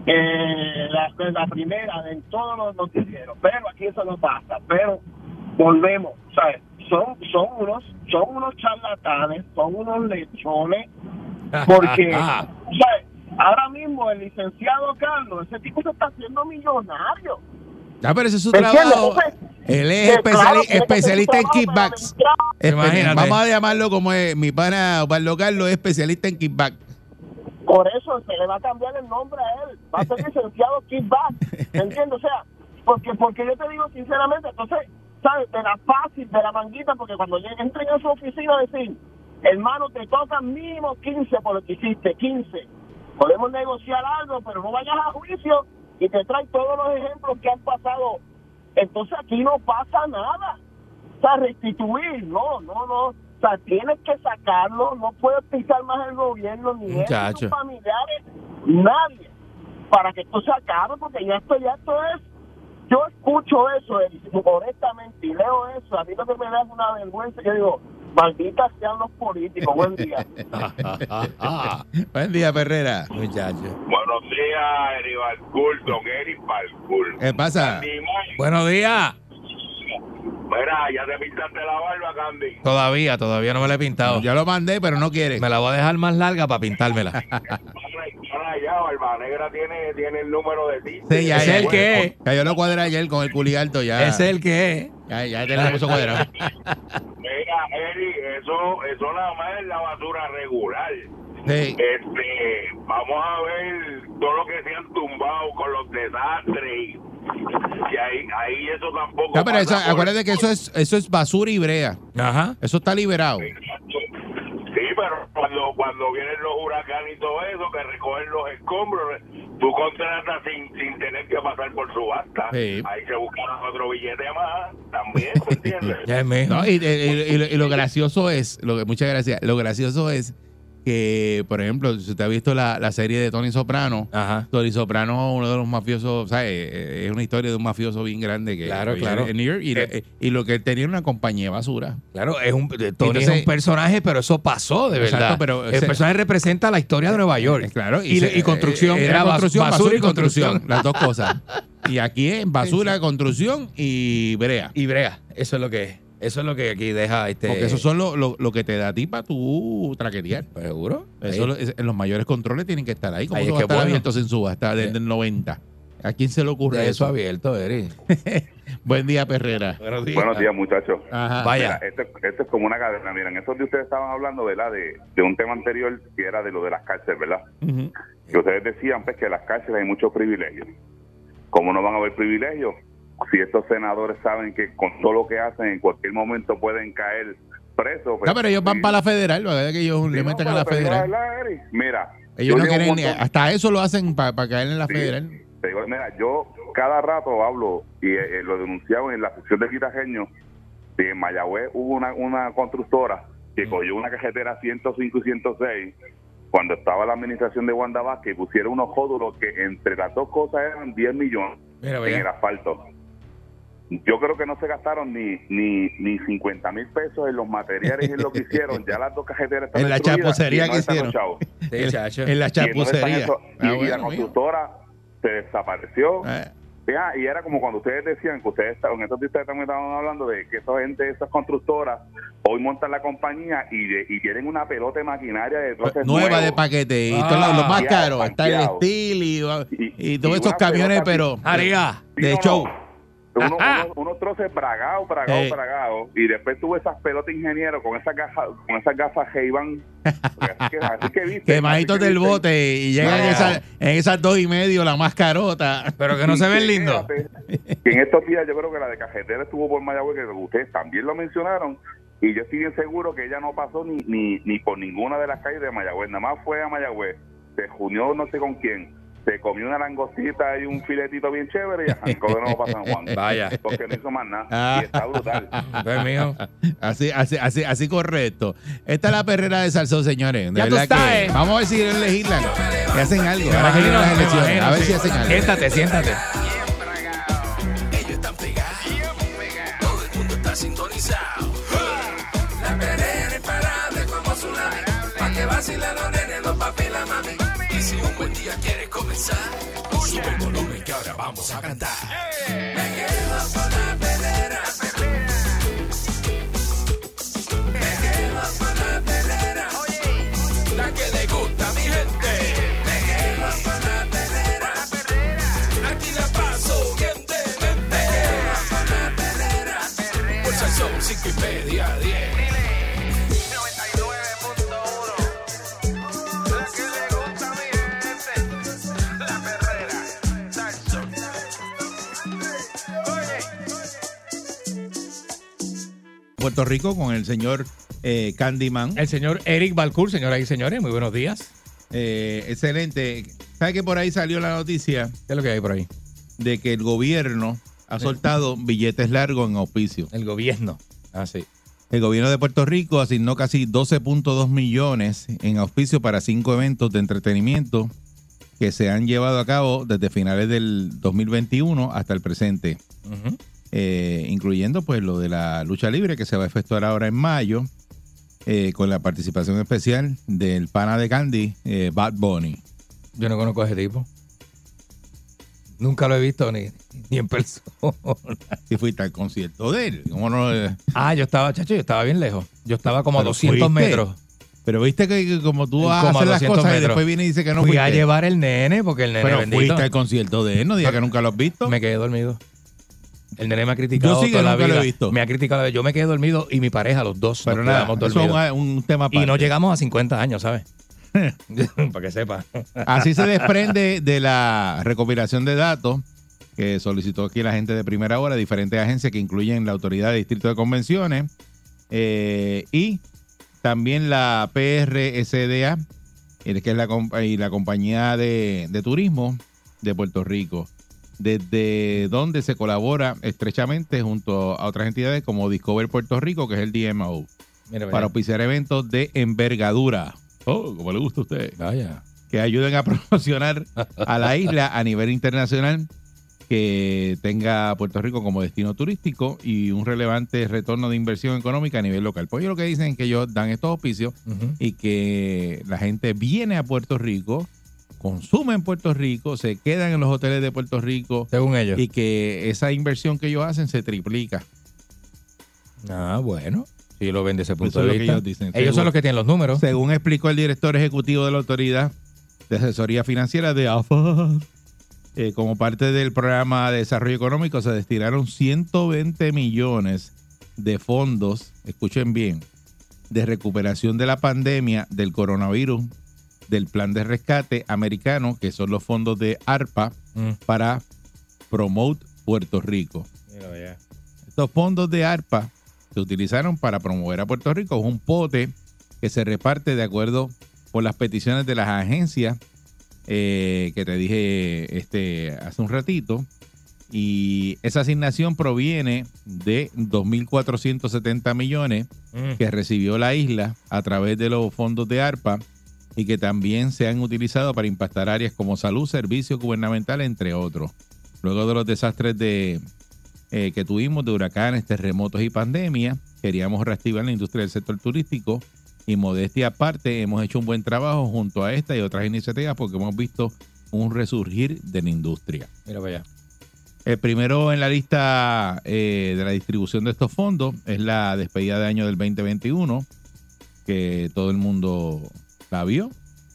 eh, la, la primera, en todos los noticieros. Pero aquí eso no pasa. Pero volvemos, ¿sabes? Son, son, unos, son unos charlatanes, son unos lechones, porque, ¿sabes? Ahora mismo el licenciado Carlos, ese tipo se está haciendo millonario. Ah, pero ese es su ¿Me entiendes? trabajo. Entonces, Él es que especiali- claro, tiene que hacer su especialista en trabajo, pero kickbacks. mientras- Imagínate. Vamos a llamarlo como es mi pana Osvaldo Carlos, es especialista en kickback. Por eso se le va a cambiar el nombre a él. Va a ser licenciado Kickback. ¿Me entiendes? O sea, porque porque yo te digo sinceramente, entonces, ¿sabes? De la fácil, de la manguita, porque cuando lleguen, entren a su oficina a decir, hermano, te tocan mínimo quince por lo que hiciste, quince. Podemos negociar algo, pero no vayas a juicio y te trae todos los ejemplos que han pasado entonces aquí no pasa nada. O sea, restituir, no, no, no. O sea, tienes que sacarlo, no puede pisar más el gobierno, ni él, ni sus familiares, nadie, para que esto se acabe, porque ya esto, ya esto es. Yo escucho eso, honestamente, y leo eso, a mí lo que me da es una vergüenza, yo digo, malditas sean los políticos. Buen día. Buen día, Perrera. Muchacho. Buenos días, Eri Balcour, don Eri Balcour. ¿Qué pasa? Buenos días. Mira, ya te pintaste la barba, Candy. Todavía, todavía no me la he pintado. Ya lo mandé, pero no quiere. Me la voy a dejar más larga para pintármela. Ya, Barba Negra tiene, tiene el número de ti. Sí, ya, ¿Es ya, el que es? Ya yo lo cuadré ayer con el culi alto ya. ¿Es el que es? Ya, ya te lo puso cuadrado. Mira, Eri, eso, eso nada más es la basura regular. Sí. Este, vamos a ver todo lo que se han tumbado con los desastres y, y ahí, ahí eso tampoco. Ya, pero eso, pasa por- acuérdate que eso es, eso es basura y brea. Ajá. Eso está liberado. Sí, pero cuando, cuando vienen los huracanes y todo eso, que recogen los escombros, tú contratas sin, sin tener que pasar por subasta. Sí. Ahí se buscan otro billete más, también, ¿me entiendes? Ya es mío. No, y, y- y- y lo, y lo gracioso es, lo que, muchas gracias, lo gracioso es que, por ejemplo, si usted ha visto la, la serie de Tony Soprano, Ajá. Tony Soprano, uno de los mafiosos, ¿sabes? Es una historia de un mafioso bien grande que Claro, que vive claro. en New York y, Eh. y lo que él tenía era una compañía de basura. Claro, es un, Tony Entonces- es un personaje, pero eso pasó, de Exacto, verdad. pero el ese- personaje representa la historia de Nueva York. Eh, Claro, Y, se- y construcción. eh, Era, era construcción, basura y construcción. las dos cosas. Y aquí es basura, construcción y brea. Y brea. Eso es lo que es. Eso es lo que aquí deja este. Porque eso son lo, lo, lo que te da a ti para tú traquetear. ¿Seguro? Eso, Ahí. lo- es- los mayores controles tienen que estar ahí. ¿Cómo Ahí eso es va a que estar bueno. abierto sin subasta desde el noventa? ¿A quién se le ocurre De eso eso? abierto, Eri. Buen día, Perrera. Buenos días. Buenos días, muchachos. Ajá. Vaya. Mira, esto, esto es como una cadena. Miren, estos de ustedes estaban hablando, ¿verdad? De, de un tema anterior que era de lo de las cárceles, ¿verdad? Ujú. Que ustedes decían, pues, que en las cárceles hay muchos privilegios. ¿Cómo no van a haber privilegios? Si estos senadores saben que con todo lo que hacen en cualquier momento pueden caer presos. pues, No, pero ellos van sí. para la federal, ¿verdad? Que ellos Sí, le no, meten pero a la te digo federal. verdad, Eri. Mira, Ellos yo no llevo un quieren ni, montón- hasta eso lo hacen para caer en la Sí. federal. Te digo, mira, yo cada rato hablo y eh, lo denunciaba en la sección de Quitajeño, que en Mayagüez hubo una, una constructora que cogió una cajetera ciento cinco y ciento seis cuando estaba la administración de Wanda Vázquez y pusieron unos jódulos que entre las dos cosas eran diez millones Mira, en vaya. el asfalto. Yo creo que no se gastaron ni ni ni cincuenta mil pesos en los materiales y en lo que hicieron. Ya las dos cajeteras están En la destruidas chapucería y no que están hicieron. los chavos. Sí, chacho. En la Y entonces están chapucería. eso- y, Ah, y la bueno, mijo. constructora se desapareció. Eh, Ya, y era como cuando ustedes decían que ustedes estaban, en estos días ustedes también estaban hablando de que esa gente, esas constructoras, hoy montan la compañía y, de- y tienen una pelota de maquinaria de troces Nueva nuevos. de paquete. Y Ah, todos los, los más ya, caros. Está el parqueado. Steel y, y, Y- todos y estos una camiones, pelota pero Arriba. Sí, de no, show. no. Uno- uno- unos troces bragados, bragados, Eh. bragados. Y después tuve esas pelotas ingeniero con esas gafas, con esas gafas Ray-Ban. Así que, así que viste. Quemaditos así que del viste. bote y llegan No. en, esas, en esas dos y medio, la más carota. Pero que no se ven lindos. Fíjate que en estos días yo creo que la de cajetera estuvo por Mayagüez, que ustedes también lo mencionaron, y yo estoy bien seguro que ella no pasó ni, ni, ni por ninguna de las calles de Mayagüez, nada más fue a Mayagüez, se junió no sé con quién, se comió una langostita y un filetito bien chévere y arrancó de nuevo para San Juan. Vaya. Porque no hizo más nada, y está brutal. Pues, mijo. Así, así, así, así correcto. Esta es la perrera de Salsón, señores. De Ya tú verdad que sabes. vamos a ver si legislan. Que hacen algo. Me Ahora que vienen imagino, las me elecciones. imagino, A ver sí. si hacen algo. Siéntate, siéntate. Ellos están pegados, todo el mundo está sintonizado. La perrera imparable como tsunami, pa' que vacilan los nenes, los papi y la mami. Y si un buen día quieres comenzar, sube el volumen que ahora vamos a cantar. Me quedo con la perrera, me quedo con la perrera, la que le gusta a mi gente. Me quedo con la perrera, aquí la paso bien de mente. Me quedo con la perrera, por Salsón cinco y media a diez. noventa y nueve punto uno, la que le gusta a mi gente. La perrera, Salsón. Puerto Rico con el señor eh, Candyman. El señor Eric Balcour, señoras y señores, muy buenos días. Eh, excelente. ¿Sabe que por ahí salió la noticia ¿Qué es lo que hay por ahí? de que el gobierno ha soltado billetes largos en auspicio. El gobierno. Ah, sí. El gobierno de Puerto Rico asignó casi doce punto dos millones en auspicio para cinco eventos de entretenimiento que se han llevado a cabo desde finales del dos mil veintiuno hasta el presente, uh-huh. eh, incluyendo pues lo de la lucha libre que se va a efectuar ahora en mayo, eh, con la participación especial del pana de Candy, eh, Bad Bunny. Yo no conozco a ese tipo. Nunca lo he visto ni, ni en persona. Si fuiste al concierto de él. ¿Cómo no? Ah, yo estaba, chacho, yo estaba bien lejos. Yo estaba como a doscientos fuiste. metros. Pero viste que, que como tú vas a hacer las cosas metros. Y después viene y dice que no Fui fuiste. a llevar el nene porque el nene Pero bendito. fuiste al concierto de él, no digas que nunca lo has visto. Me quedé dormido. El nene me ha criticado yo sí que toda nunca la vida. Lo he visto. Me ha criticado. Yo me quedé dormido y mi pareja, los dos, pero nos nada, quedamos dormidos. Eso es un, un tema aparte. Y no llegamos a cincuenta años, ¿sabes? Para que sepa. Así se desprende de la recopilación de datos que solicitó aquí la gente de Primera Hora, diferentes agencias que incluyen la Autoridad de Distrito de Convenciones eh, y también la P R S D A, que es la, y la compañía de, de turismo de Puerto Rico, desde donde se colabora estrechamente junto a otras entidades como Discover Puerto Rico, que es el D M O, mira, para auspiciar eventos de envergadura. Oh, como le gusta a usted. Vaya. Que ayuden a promocionar a la isla a nivel internacional, que tenga a Puerto Rico como destino turístico y un relevante retorno de inversión económica a nivel local. Pues ellos lo que dicen es que ellos dan estos auspicios uh-huh. y que la gente viene a Puerto Rico, consume en Puerto Rico, se quedan en los hoteles de Puerto Rico. Según ellos. Y que esa inversión que ellos hacen se triplica. Ah, bueno. Si lo ven desde ese punto Eso de es vista. Ellos, dicen. ellos según, son los que tienen los números. Según explicó el director ejecutivo de la Autoridad de Asesoría Financiera de A F A, Eh, como parte del programa de desarrollo económico se destinaron ciento veinte millones de fondos, escuchen bien, de recuperación de la pandemia del coronavirus, del plan de rescate americano, que son los fondos de ARPA, mm. para Promote Puerto Rico. Mira, yeah. Estos fondos de ARPA se utilizaron para promover a Puerto Rico. Es un pote que se reparte de acuerdo con las peticiones de las agencias Eh, que te dije este hace un ratito, y esa asignación proviene de dos mil cuatrocientos setenta millones mm. que recibió la isla a través de los fondos de ARPA y que también se han utilizado para impactar áreas como salud, servicios gubernamentales, entre otros. Luego de los desastres de eh, que tuvimos de huracanes, terremotos y pandemia, queríamos reactivar la industria del sector turístico. Y modestia aparte, hemos hecho un buen trabajo junto a esta y otras iniciativas porque hemos visto un resurgir de la industria. Mira para allá. El primero en la lista eh, de la distribución de estos fondos es la despedida de año del veinte veintiuno, que todo el mundo la vio.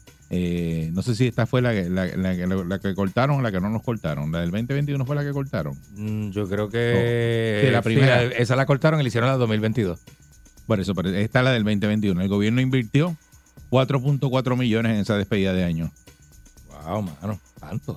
Eh, no sé si esta fue la, la, la, la, la que cortaron o la que no nos cortaron. La del veinte veintiuno fue la que cortaron. Mm, yo creo que... Oh. Sí, la primera. Sí, esa la cortaron y la hicieron la dos mil veintidós. Por eso, pero esta es la del veinte veintiuno. El gobierno invirtió cuatro punto cuatro millones en esa despedida de año. Wow, mano, tanto.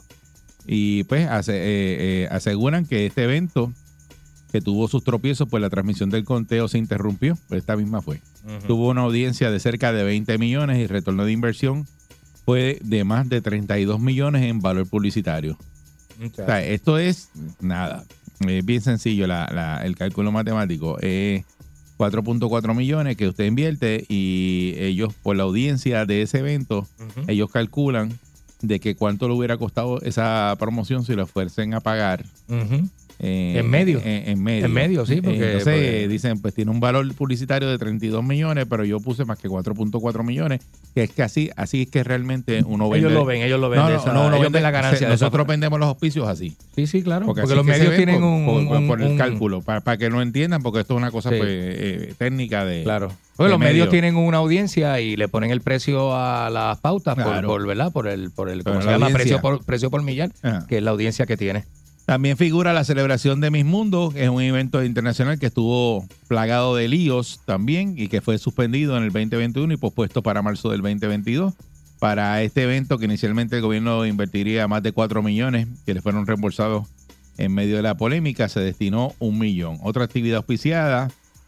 Y pues hace, eh, eh, aseguran que este evento, que tuvo sus tropiezos, pues la transmisión del conteo se interrumpió. Pues esta misma fue. Uh-huh. Tuvo una audiencia de cerca de veinte millones y retorno de inversión fue de más de treinta y dos millones en valor publicitario. Okay. O sea, esto es nada. Es bien sencillo la, la, el cálculo matemático. Es cuatro punto cuatro millones que usted invierte y ellos, por la audiencia de ese evento, uh-huh. ellos calculan de que cuánto le hubiera costado esa promoción si lo fuercen a pagar. Uh-huh. Eh, en medio. En, en medio. En medio, sí. Porque, Entonces porque... dicen, pues tiene un valor publicitario de treinta y dos millones, pero yo puse más que cuatro punto cuatro millones, que es que así, así es que realmente uno vende. Ellos lo ven, ellos lo ven. No, de no, esa, no, uno ellos vende ven la ganancia. Se, nosotros vendemos los auspicios así. Sí, sí, claro. Porque, porque los medios tienen por, un, por, un... por el un... cálculo, para, para que lo entiendan, porque esto es una cosa sí. pues, eh, técnica de... Claro. Porque los medios tienen una audiencia y le ponen el precio a las pautas claro. por, por, ¿verdad? Por el, por el ¿cómo se llama? Precio por, precio por millar, ah. que es la audiencia que tiene. También figura la celebración de Miss Mundo, que es un evento internacional que estuvo plagado de líos también y que fue suspendido en el veinte veintiuno y pospuesto para marzo del veinte veintidós. Para este evento, que inicialmente el gobierno invertiría más de cuatro millones, que le fueron reembolsados en medio de la polémica, se destinó un millón. Otra actividad auspiciada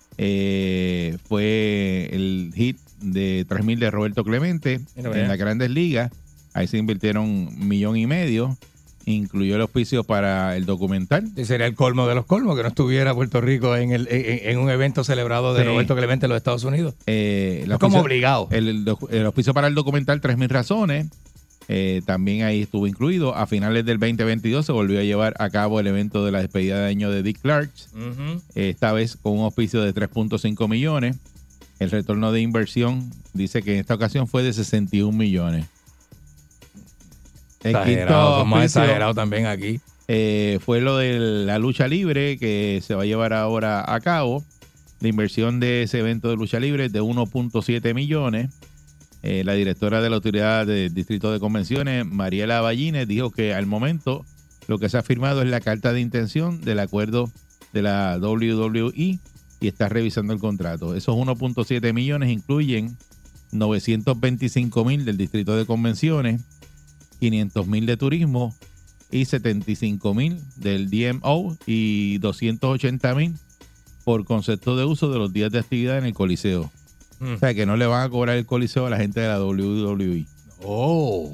eh, fue el hit de tres mil de Roberto Clemente en las Grandes Ligas. Ahí se invirtieron un millón y medio. incluyó el auspicio para el documental. Y sería el colmo de los colmos que no estuviera Puerto Rico en, el, en, en un evento celebrado de sí. Roberto Clemente en los Estados Unidos. Eh, es como obligado. El, el, el auspicio para el documental tres mil razones, eh, también ahí estuvo incluido. A finales del veinte veintidós se volvió a llevar a cabo el evento de la despedida de año de Dick Clark, uh-huh. esta vez con un auspicio de tres punto cinco millones. El retorno de inversión dice que en esta ocasión fue de sesenta y un millones. El exagerado, quinto más exagerado también aquí. Eh, fue lo de la lucha libre que se va a llevar ahora a cabo. La inversión de ese evento de lucha libre es de uno punto siete millones. Eh, la directora de la Autoridad del Distrito de Convenciones, Mariela Ballines, dijo que al momento lo que se ha firmado es la carta de intención del acuerdo de la doble u doble u E y está revisando el contrato. Esos uno punto siete millones incluyen novecientos veinticinco mil del Distrito de Convenciones, quinientos mil de turismo y setenta y cinco mil del D M O y doscientos ochenta mil por concepto de uso de los días de actividad en el Coliseo. Mm. O sea, que no le van a cobrar el Coliseo a la gente de la doble u doble u E. Oh,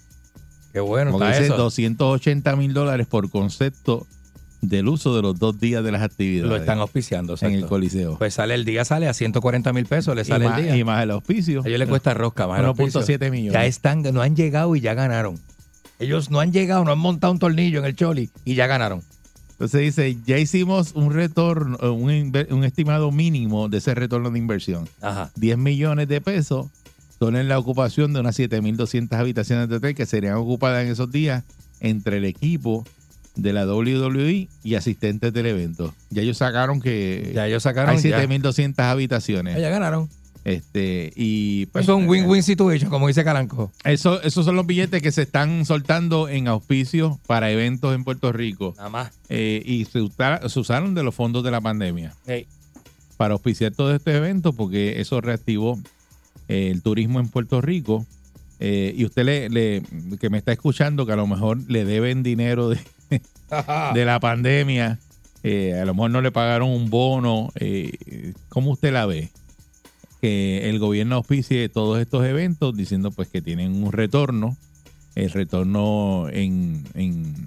qué bueno Porque está eso. doscientos ochenta mil dólares por concepto del uso de los dos días de las actividades. Lo están auspiciando, exacto. En el Coliseo. Pues sale el día, sale a ciento cuarenta mil pesos, le sale y más, el día. Y más el auspicio. A ellos les cuesta rosca, más uno punto siete millones. Ya están, no han llegado y ya ganaron. Ellos no han llegado, no han montado un tornillo en el Choli y ya ganaron. Entonces dice, ya hicimos un retorno, un, inver, un estimado mínimo de ese retorno de inversión. Ajá. diez millones de pesos son en la ocupación de unas siete mil doscientas habitaciones de hotel que serían ocupadas en esos días entre el equipo de la doble u doble u E y asistentes del evento. Ya ellos sacaron que ya ellos sacaron, hay siete mil doscientas habitaciones. Ya ganaron. Este, y pues, eso es un win-win situation, como dice Calanco. Eso, esos son los billetes que se están soltando en auspicios para eventos en Puerto Rico. Nada más. Eh, y se, usa, se usaron de los fondos de la pandemia. Hey. Para auspiciar todos estos eventos, porque eso reactivó eh, el turismo en Puerto Rico. Eh, y usted le, le, que me está escuchando, que a lo mejor le deben dinero de, de la pandemia, eh, a lo mejor no le pagaron un bono. Eh, ¿Cómo usted la ve? Que el gobierno auspicie todos estos eventos diciendo pues que tienen un retorno, el retorno en, en,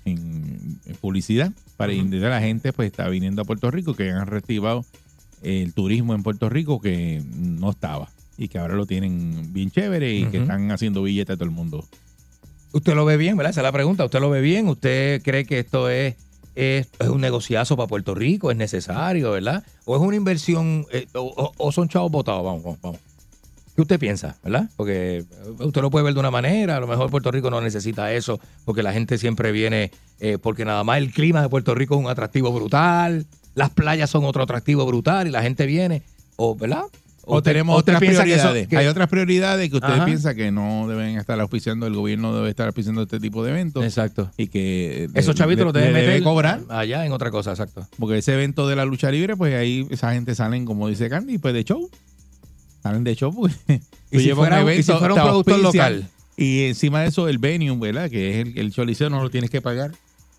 en, en publicidad para uh-huh. indicar a la gente pues está viniendo a Puerto Rico, que han reactivado el turismo en Puerto Rico que no estaba y que ahora lo tienen bien chévere y uh-huh. que están haciendo billetes a todo el mundo. ¿Usted lo ve bien, verdad? Esa es la pregunta. ¿Usted lo ve bien? ¿Usted cree que esto es Es, es un negociazo para Puerto Rico? ¿Es necesario, verdad? ¿O es una inversión, eh, o, o son chavos botados? Vamos, vamos, vamos. ¿Qué usted piensa, verdad? Porque usted lo puede ver de una manera, a lo mejor Puerto Rico no necesita eso, porque la gente siempre viene, eh, porque nada más el clima de Puerto Rico es un atractivo brutal, las playas son otro atractivo brutal y la gente viene, o ¿verdad? O usted, tenemos otras prioridades. Que eso, que, hay otras prioridades que usted ajá. piensa que no deben estar auspiciando, el gobierno debe estar auspiciando este tipo de eventos. Exacto. Y que esos chavitos los deben meter debe cobrar allá en otra cosa, exacto. Porque ese evento de la lucha libre, pues ahí esa gente salen, como dice Candy, pues de show. Salen de show porque y si fuera un, evento, y si fuera un productor local. Y encima de eso el venue, ¿verdad? Que es el, el Choliseo, no lo tienes que pagar.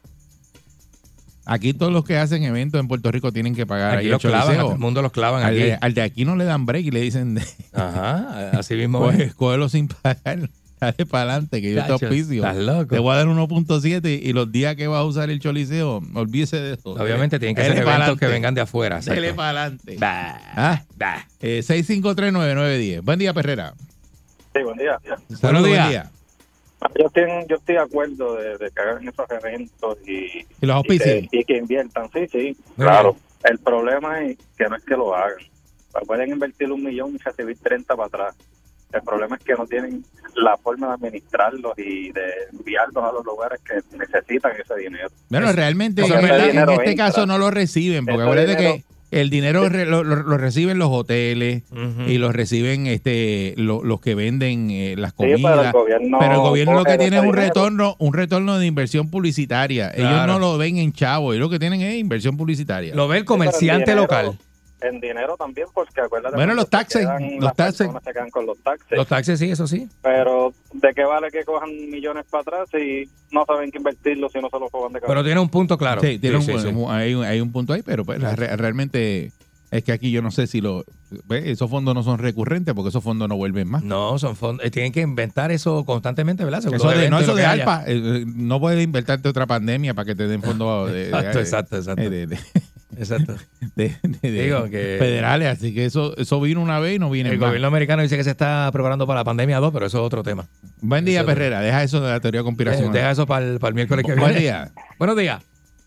Aquí todos los que hacen eventos en Puerto Rico tienen que pagar. Aquí ahí los clavan, todo el mundo los clavan al aquí. De, al de aquí no le dan break y le dicen... Ajá, así mismo. Pues, cógelo sin pagar. Dale para adelante, que yo te auspicio. Estás loco. Te voy a dar uno punto siete y los días que vas a usar el Choliseo, olvídese de eso. Obviamente tienen que ser eventos adelante. Que vengan de afuera. Dale para adelante. ¿Ah? Eh, seis cinco tres, nueve nueve uno cero. Buen día, Perrera. Sí, buen día. Buenos días. Buen día. Yo estoy, yo estoy de acuerdo de, de que hagan esos eventos y, ¿Y los auspicien? y, que, y que inviertan. Sí, sí, claro. El problema es que no es que lo hagan. Pueden invertir un millón y recibir treinta para atrás. El problema es que no tienen la forma de administrarlos y de enviarlos a los lugares que necesitan ese dinero. Bueno, realmente, en, verdad, en este entra. caso no lo reciben, porque acuérdate que el dinero re, lo, lo, lo reciben los hoteles uh-huh. y lo reciben este lo, los que venden eh, las comidas. Sí, pero el gobierno, pero el gobierno lo que tiene es un dinero. retorno un retorno de inversión publicitaria. Claro. Ellos no lo ven en chavo, y lo que tienen es inversión publicitaria. Lo ve el comerciante sí, el dinero, local. En dinero también, porque acuérdate. Bueno, los taxes. Los taxes. Se quedan con los taxes. Los taxes, sí, eso sí. Pero, ¿de qué vale que cojan millones para atrás si no saben qué invertirlos si no se los cojan de cabeza? Pero tiene un punto claro. Sí, tiene sí, un, sí, sí. Hay, un, hay un punto ahí, pero pues, re, realmente Es que aquí yo no sé si lo, ¿ves? Esos fondos no son recurrentes porque esos fondos no vuelven más. No, son fondos, eh, tienen que inventar eso constantemente, ¿verdad? Según Eso los de, no, eventos y eso lo de que haya. ALPA, eh, no puedes inventarte otra pandemia para que te den fondos de, Exacto, de- exacto, exacto. de- de- de- Exacto. de- de- de- Digo que- federales, así que eso, eso vino una vez y no viene El más. gobierno americano dice que se está preparando para la pandemia dos, pero eso es otro tema. Buen día, Eso- Perrera, deja eso de la teoría de conspiración. Deja eso para el, para el miércoles que viene. Buen día. Buenos días.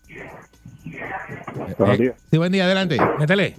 Buenos días. Sí, buen día, adelante. Métele.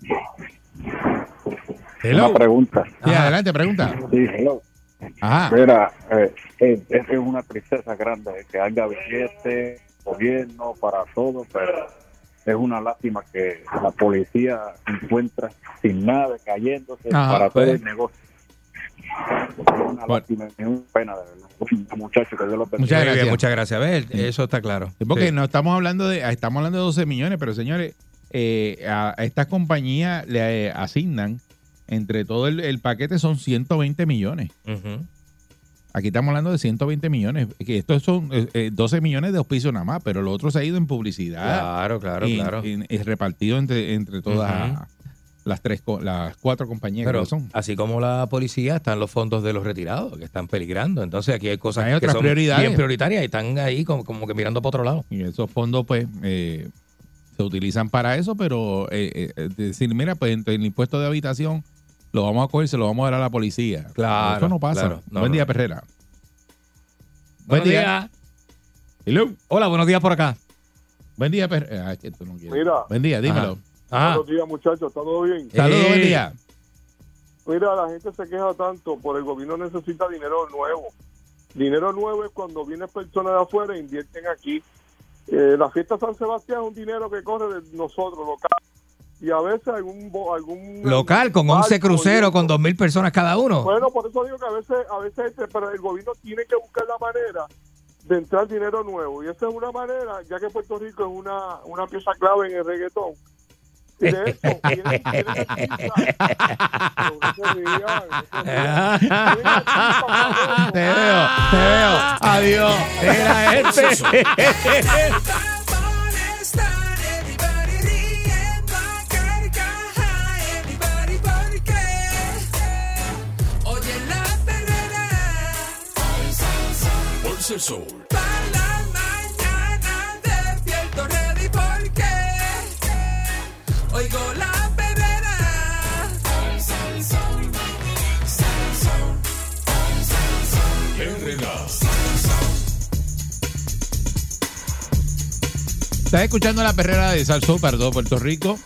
Hello. Una pregunta. Sí, Ajá. adelante, pregunta. Sí, hello. Ajá. Mira, eh, eh, es es una tristeza grande que haya billete, gobierno, para todo, pero es una lástima que la policía se encuentra sin nada, cayéndose Ajá, para pues. todo el negocio. Es una Bueno. lástima, es una pena, de verdad. Muchachos, que Dios los bendiga. Muchas Muy bien, gracias. muchas gracias. A ver, eso está claro. Sí, porque Sí. no estamos hablando de, estamos hablando de doce millones, pero señores, eh, a, a estas compañías le eh, asignan entre todo el, el paquete son ciento veinte millones. Ujú. Aquí estamos hablando de ciento veinte millones. Que estos son eh, eh, doce millones de auspicio nada más, pero lo otro se ha ido en publicidad. Claro, claro, y, claro. y- y repartido entre, entre todas Ujú. las tres, co- las cuatro compañías Pero que son. así como la policía, están los fondos de los retirados que están peligrando. Entonces aquí hay cosas Hay que otras son prioridades. bien prioritarias y están ahí como, como que mirando para otro lado. Y esos fondos, pues, eh, se utilizan para eso, pero eh, eh, decir, mira, pues entre el impuesto de habitación lo vamos a coger y se lo vamos a dar a la policía. Claro, Eso no pasa. claro. No, Buen no. día, Perrera. Buenos Buen día. días. Hello. Hola, buenos días por acá. Buen día, Perrera. Ah, es que tú no quieres. Mira. Buen día, dímelo. Ajá. Buenos días, muchachos, ¿está todo bien? Saludos, Eh. buen día. Mira, la gente se queja tanto, por el gobierno necesita dinero nuevo. Dinero nuevo es cuando vienen personas de afuera e invierten aquí. Eh, la fiesta San Sebastián es un dinero que corre de nosotros, local. Y a veces algún... bo- algún Local, con once barco, cruceros, y- con dos mil personas cada uno. Bueno, por eso digo que a veces, a veces este, pero el gobierno tiene que buscar la manera de entrar dinero nuevo. Y esa es una manera, ya que Puerto Rico es una, una pieza clave en el reggaetón. Y de eso, tienen, tienen artistas- Pero no se rían, no se rían. Tienen artistas famosos. Te veo, te veo. Adiós. Era este. Oye la perrera. Pulsa el sol. Para la mañana despierto ready porque oigo la perrera. Sal, sol, sal, sol, sal, sol. Perrera. Estás escuchando la perrera de Salsó para todo Puerto Rico.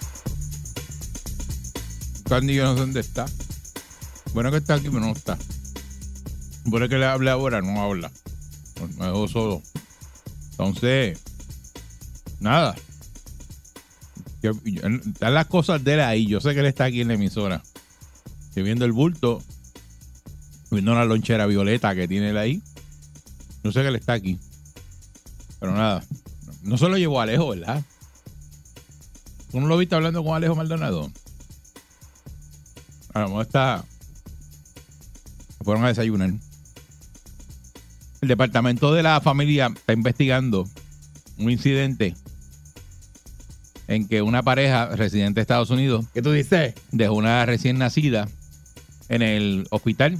Candy, yo no sé dónde está. Bueno que está aquí, pero no está. Bueno que le hable ahora, no habla. Me dejó solo. Entonces, nada. Yo- yo- están las cosas de él ahí. Yo sé que él está aquí en la emisora. Estoy viendo el bulto. Viendo una lonchera violeta que tiene él ahí. No sé que él está aquí. Pero nada. No se lo llevó Alejo, ¿verdad? ¿Tú no lo viste hablando con Alejo Maldonado? A lo mejor está... Fueron a desayunar. El departamento de la familia está investigando un incidente en que una pareja residente de Estados Unidos ¿Qué tú dices? dejó una recién nacida en el hospital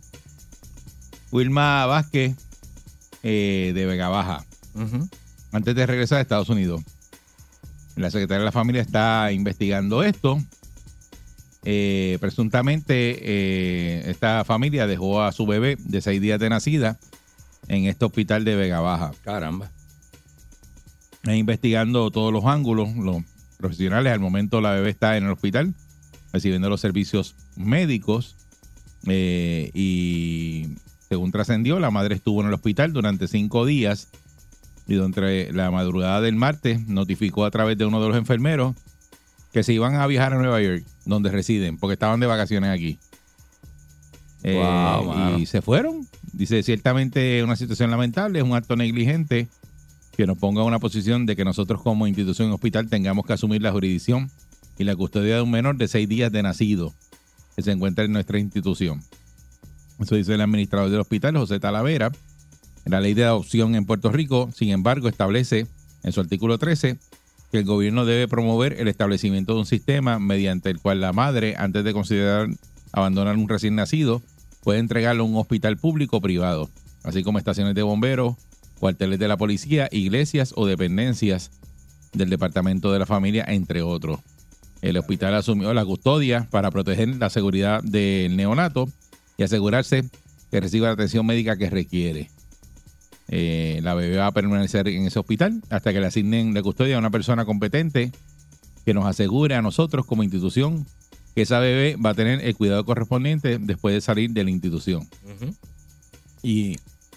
Wilma Vázquez eh, de Vega Baja antes de regresar a Estados Unidos. La Secretaría de la Familia está investigando esto. Eh, presuntamente eh, esta familia dejó a su bebé de seis días de nacida en este hospital de Vega Baja. Caramba. Está investigando todos los ángulos, los profesionales. Al momento la bebé está en el hospital recibiendo los servicios médicos eh, y según trascendió, la madre estuvo en el hospital durante cinco días y entre la madrugada del martes notificó a través de uno de los enfermeros que se iban a viajar a Nueva York, donde residen, porque estaban de vacaciones aquí. Eh, Wow, mano. y se fueron. Dice, ciertamente una situación lamentable, es un acto negligente que nos ponga en una posición de que nosotros como institución hospital tengamos que asumir la jurisdicción y la custodia de un menor de seis días de nacido que se encuentra en nuestra institución. Eso dice el administrador del hospital, José Talavera. La ley de adopción en Puerto Rico, sin embargo, establece en su artículo trece que el gobierno debe promover el establecimiento de un sistema mediante el cual la madre, antes de considerar abandonar un recién nacido, puede entregarlo a un hospital público o privado, así como estaciones de bomberos, cuarteles de la policía, iglesias o dependencias del Departamento de la Familia, entre otros. El hospital asumió la custodia para proteger la seguridad del neonato y asegurarse que reciba la atención médica que requiere. Eh, la bebé va a permanecer en ese hospital hasta que le asignen la custodia a una persona competente que nos asegure a nosotros como institución que esa bebé va a tener el cuidado correspondiente después de salir de la institución. Uh-huh. Y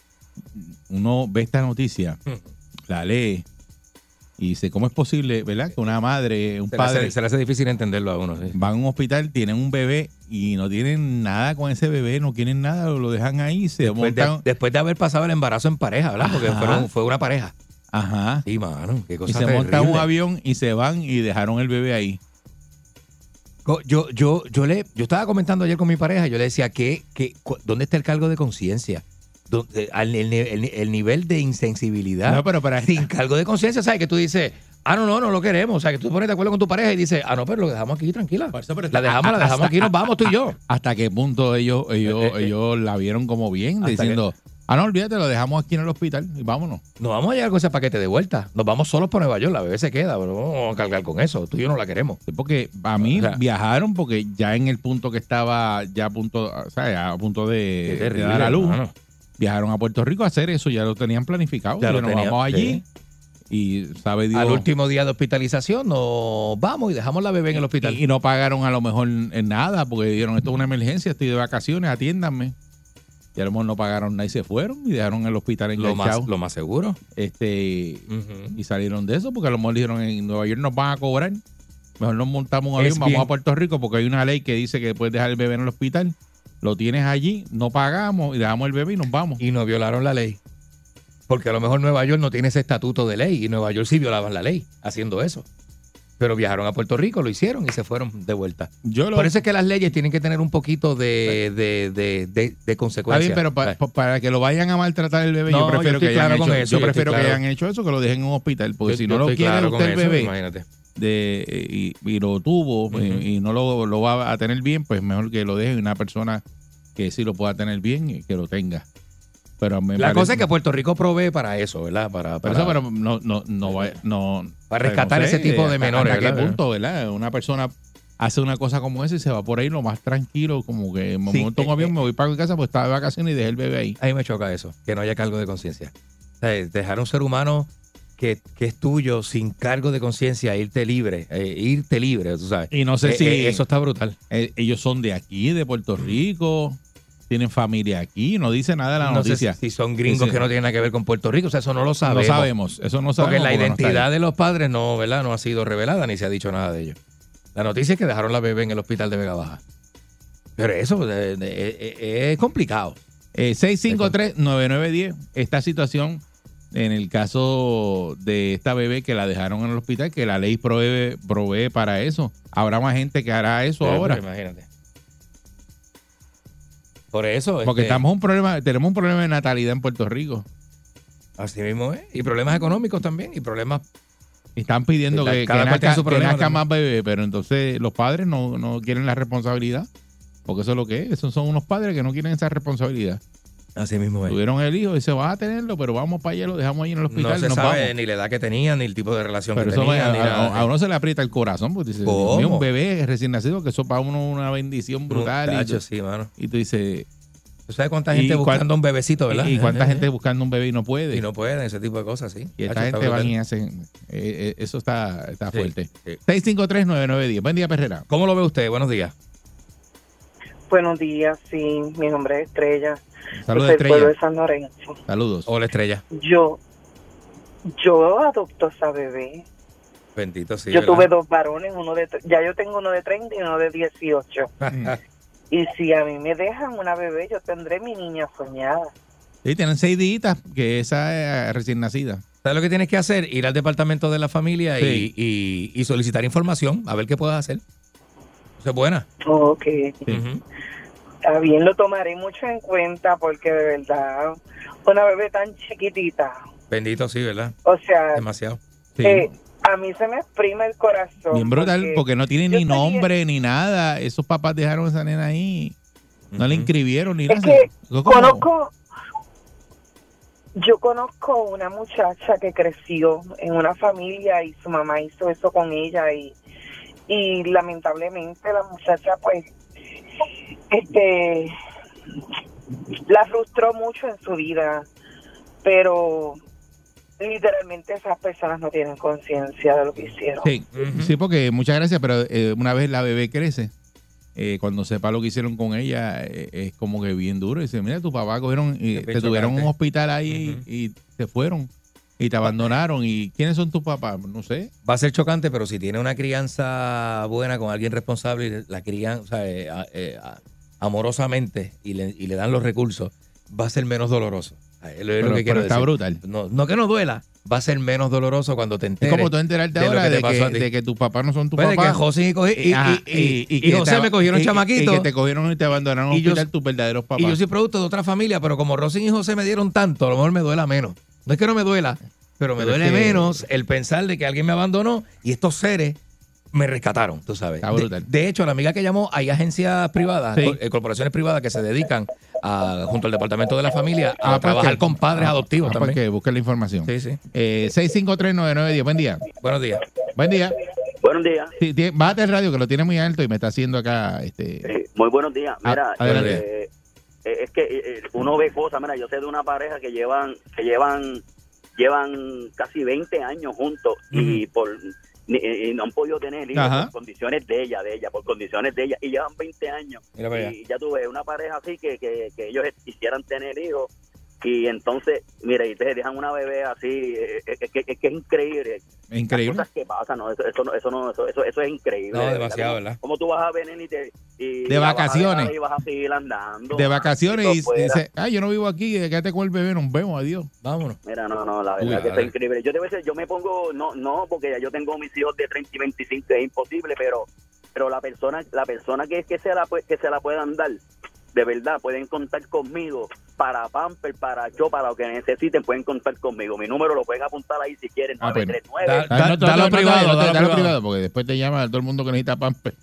uno ve esta noticia, uh-huh. la lee y dice, ¿cómo es posible, verdad? Que una madre, un se padre... Le hace, se le hace difícil entenderlo a uno. Sí. Van a un hospital, tienen un bebé y no tienen nada con ese bebé, no quieren nada, lo dejan ahí, se después montan... De, después de haber pasado el embarazo en pareja, ¿verdad? Porque fueron, fue una pareja. Ajá. Sí, mano, qué cosa Y se terrible. montan un avión y se van y dejaron el bebé ahí. Yo, yo, yo, le, yo estaba comentando ayer con mi pareja, yo le decía, que, que, ¿dónde está el cargo de conciencia? El, el, el, el nivel de insensibilidad no, pero para... sin cargo de conciencia, ¿sabes? Que tú dices, ah, no, no, no lo queremos. O sea, que tú te pones de acuerdo con tu pareja y dices, ah, no, pero lo dejamos aquí tranquila. Eso, la dejamos, la dejamos aquí, nos vamos tú y yo. ¿Hasta qué punto ellos, ellos, eh, eh, ellos la vieron como bien? Diciendo, que... ah, no, olvídate, lo dejamos aquí en el hospital y vámonos. No vamos a llegar con ese paquete de vuelta. Nos vamos solos por Nueva York, la bebé se queda, pero no vamos a cargar con eso. Tú y yo no la queremos. Porque a mí o sea, viajaron porque ya en el punto que estaba, ya a punto, o sea, a punto de, terrible, de dar a luz. Hermano. Viajaron a Puerto Rico a hacer eso, ya lo tenían planificado. Ya, ya lo nos tenían, vamos allí sí. y sabe Dios. Al último día de hospitalización nos vamos y dejamos la bebé en el hospital. Y, y no pagaron a lo mejor en nada porque dijeron, esto es una emergencia, estoy de vacaciones, atiéndanme. Y a lo mejor no pagaron nada y se fueron y dejaron el hospital enganchado. Lo más, lo más seguro. Este, uh-huh. Y salieron de eso porque a lo mejor dijeron, en Nueva York nos van a cobrar. Mejor nos montamos un avión, vamos a Puerto Rico porque hay una ley que dice que puedes dejar el bebé en el hospital. Lo tienes allí, no pagamos y dejamos el bebé y nos vamos. Y no violaron la ley. Porque a lo mejor Nueva York no tiene ese estatuto de ley y Nueva York sí violaban la ley haciendo eso. Pero viajaron a Puerto Rico, lo hicieron y se fueron de vuelta. Yo lo... Por eso es que las leyes tienen que tener un poquito de, de, de, de, de consecuencias. Está bien, pero pa, pa, para que lo vayan a maltratar el bebé, no, yo prefiero, yo que, hayan claro hecho, eso, yo yo prefiero claro. que hayan hecho eso, que lo dejen en un hospital. Porque yo, si no lo quiere claro usted el bebé, eso, imagínate. De, y, y lo tuvo uh-huh. y, y no lo, lo va a tener bien, pues mejor que lo deje una persona que sí lo pueda tener bien y que lo tenga. Pero me la parece... cosa es que Puerto Rico provee para eso, ¿verdad? Para, para, eso, pero no, no, no, va, no para rescatar no sé, ese tipo de menores. ¿Hasta qué punto, verdad? Una persona hace una cosa como esa y se va por ahí lo más tranquilo, como que me sí, monto un eh, avión, eh, me voy para mi casa, pues estaba de vacaciones y dejé el bebé ahí. A mí me choca eso, que no haya cargo de conciencia. O sea, dejar a un ser humano que, que es tuyo sin cargo de conciencia, irte libre, eh, irte libre, tú sabes. Y no sé eh, si... Eh, eso está brutal. Eh, ellos son de aquí, de Puerto Rico... tienen familia aquí, no dice nada de la no noticia. Sé si son gringos sí, que no tienen nada que ver con Puerto Rico, o sea, eso no lo sabemos. No sabemos, eso no sabemos. Porque la identidad no de los padres no, ¿verdad? No ha sido revelada ni se ha dicho nada de ellos. La noticia es que dejaron la bebé en el hospital de Vega Baja. Pero eso es, es, es complicado. Eh, seis cinco tres, nueve nueve uno cero, esta situación en el caso de esta bebé que la dejaron en el hospital, que la ley provee, provee para eso. Habrá más gente que hará eso pero, ahora. Pero imagínate. Por eso. Porque este, estamos un problema, tenemos un problema de natalidad en Puerto Rico. Así mismo es. Y problemas económicos también. Y problemas. Están pidiendo que, que, nazca, que nazca más bebé, pero entonces los padres no, no quieren la responsabilidad. Porque eso es lo que es. Esos son unos padres que no quieren esa responsabilidad. Así mismo es. Tuvieron el hijo y se va a tenerlo, pero vamos para allá, lo dejamos ahí en el hospital. No se nos sabe vamos. ni la edad que tenían, ni el tipo de relación pero que eso tenían. A, ni a, nada. a uno se le aprieta el corazón, porque dice, un bebé recién nacido, que eso para uno es una bendición brutal. Muchacho, y, tú, sí, mano. y tú dices... ¿Tú sabes cuánta gente buscando cuán, un bebecito, verdad? Y, y cuánta gente buscando un bebé y no puede. Y no pueden, ese tipo de cosas, sí. Y esta gente van y hacen... Eh, eh, eso está, está fuerte. Sí, sí. seis cinco tres, nueve nueve uno cero. Buen día, Perrera. ¿Cómo lo ve usted? Buenos días. Buenos días, sí. Mi nombre es Estrella. Saludos, Estrella. Pueblo de San Lorenzo. Saludos. Hola, Estrella. Yo, yo adopto a esa bebé. Bendito, sí. Yo ¿verdad? tuve dos varones, uno de... Ya yo tengo uno de treinta y uno de dieciocho. Y si a mí me dejan una bebé, yo tendré mi niña soñada. Sí, tienen seis días, que esa es recién nacida. ¿Sabes lo que tienes que hacer? Ir al departamento de la familia sí. y, y, y solicitar información, a ver qué puedes hacer. Eso es buena. Ok. Sí. Uh-huh. Está bien, lo tomaré mucho en cuenta porque de verdad, una bebé tan chiquitita. Bendito, sí, ¿verdad? O sea... Demasiado. Sí. Eh, A mí se me exprime el corazón. Bien brutal, porque, porque no tiene yo ni estoy- nombre ni nada. Esos papás dejaron a esa nena ahí. No la inscribieron ni Es nada. que Fue como- conozco, yo conozco una muchacha que creció en una familia y su mamá hizo eso con ella y, y lamentablemente la muchacha pues este la frustró mucho en su vida, pero literalmente esas personas no tienen conciencia de lo que hicieron. Sí, sí, porque muchas gracias, pero eh, una vez la bebé crece, eh, cuando sepa lo que hicieron con ella, eh, es como que bien duro. Dice, mira, tu papá cogieron y Qué te tuvieron en un chocante. hospital ahí y, y se fueron y te abandonaron. ¿Y quiénes son tus papás? No sé. Va a ser chocante, pero si tiene una crianza buena con alguien responsable y la crían, o sea, eh, a- eh, a- amorosamente y le, y le dan los recursos, va a ser menos doloroso. Es lo, es lo Pero- que quiero pero está decir. brutal. No, no que no duela, va a ser menos doloroso cuando te Es enteres. como tú enterarte de lo ahora que te de pasó a que, ti. de que tus papás no son tus Pues de papás. que José y, cogí- y, Ajá, y- y- y que José te- me cogieron y- chamaquito. Y que te cogieron y te abandonaron en Y yo- hospital tus verdaderos papás. Y yo soy producto de otra familia, pero como Rosy y José me dieron tanto, a lo mejor me duela menos. No es que no me duela, pero me Pero es duele que- menos el pensar de que alguien me abandonó y estos seres me rescataron, tú sabes. Está De, brutal. de hecho, la amiga que llamó, hay agencias privadas, Sí. cor- eh, corporaciones privadas que se dedican a, junto al departamento de la familia, a Ah, pues trabajar que- con padres ah, adoptivos ah, pues también. que busquen la información. Sí, sí. Eh, seis cinco tres nueve nueve diez. Buen día. Buenos días. Buen día. Buenos días. Sí, tiene- bájate el radio que lo tiene muy alto y me está haciendo acá. Este, Eh, muy buenos días. Ah, Mira, adelante. eh, eh, es que eh, uno ve cosas. Mira, yo sé de una pareja que llevan que llevan llevan casi veinte años juntos y por ni- y no han podido tener hijos Ajá. por condiciones de ella, de ella, por condiciones de ella y llevan veinte años. Mira para allá. Y ya tuve una pareja así que, que, que ellos quisieran tener hijos y entonces, mira, y te dejan una bebé así, eh, es que es, que es increíble. Es increíble. Las cosas que pasan, ¿no? Eso, eso, no- eso, no, eso, eso, eso es increíble. No, de demasiado, ¿Cómo- ¿verdad? ¿Cómo tú vas a venir y te... Y De la vas a vacaciones. dejar Y vas a seguir andando. de vacaciones y, y fuera. dice, ay, yo no vivo aquí, quédate con el bebé, nos vemos, adiós. Vámonos. Mira, no, no, la Uy, verdad que a está ver. increíble. Yo te voy a decir, yo me pongo, no, no, porque ya yo tengo mis hijos de treinta y veinticinco, es imposible, pero pero la persona la persona que que se la pue- que se la puedan dar, de verdad, pueden contar conmigo para Pamper, para yo, para lo que necesiten, pueden contar conmigo. Mi número lo pueden apuntar ahí si quieren, Ah, nueve pues. tres nueve. Da- Ah, no, no, dalo no, no, privado, no, no, dalo dalo privado. privado, porque después te llama todo el mundo que necesita pamper.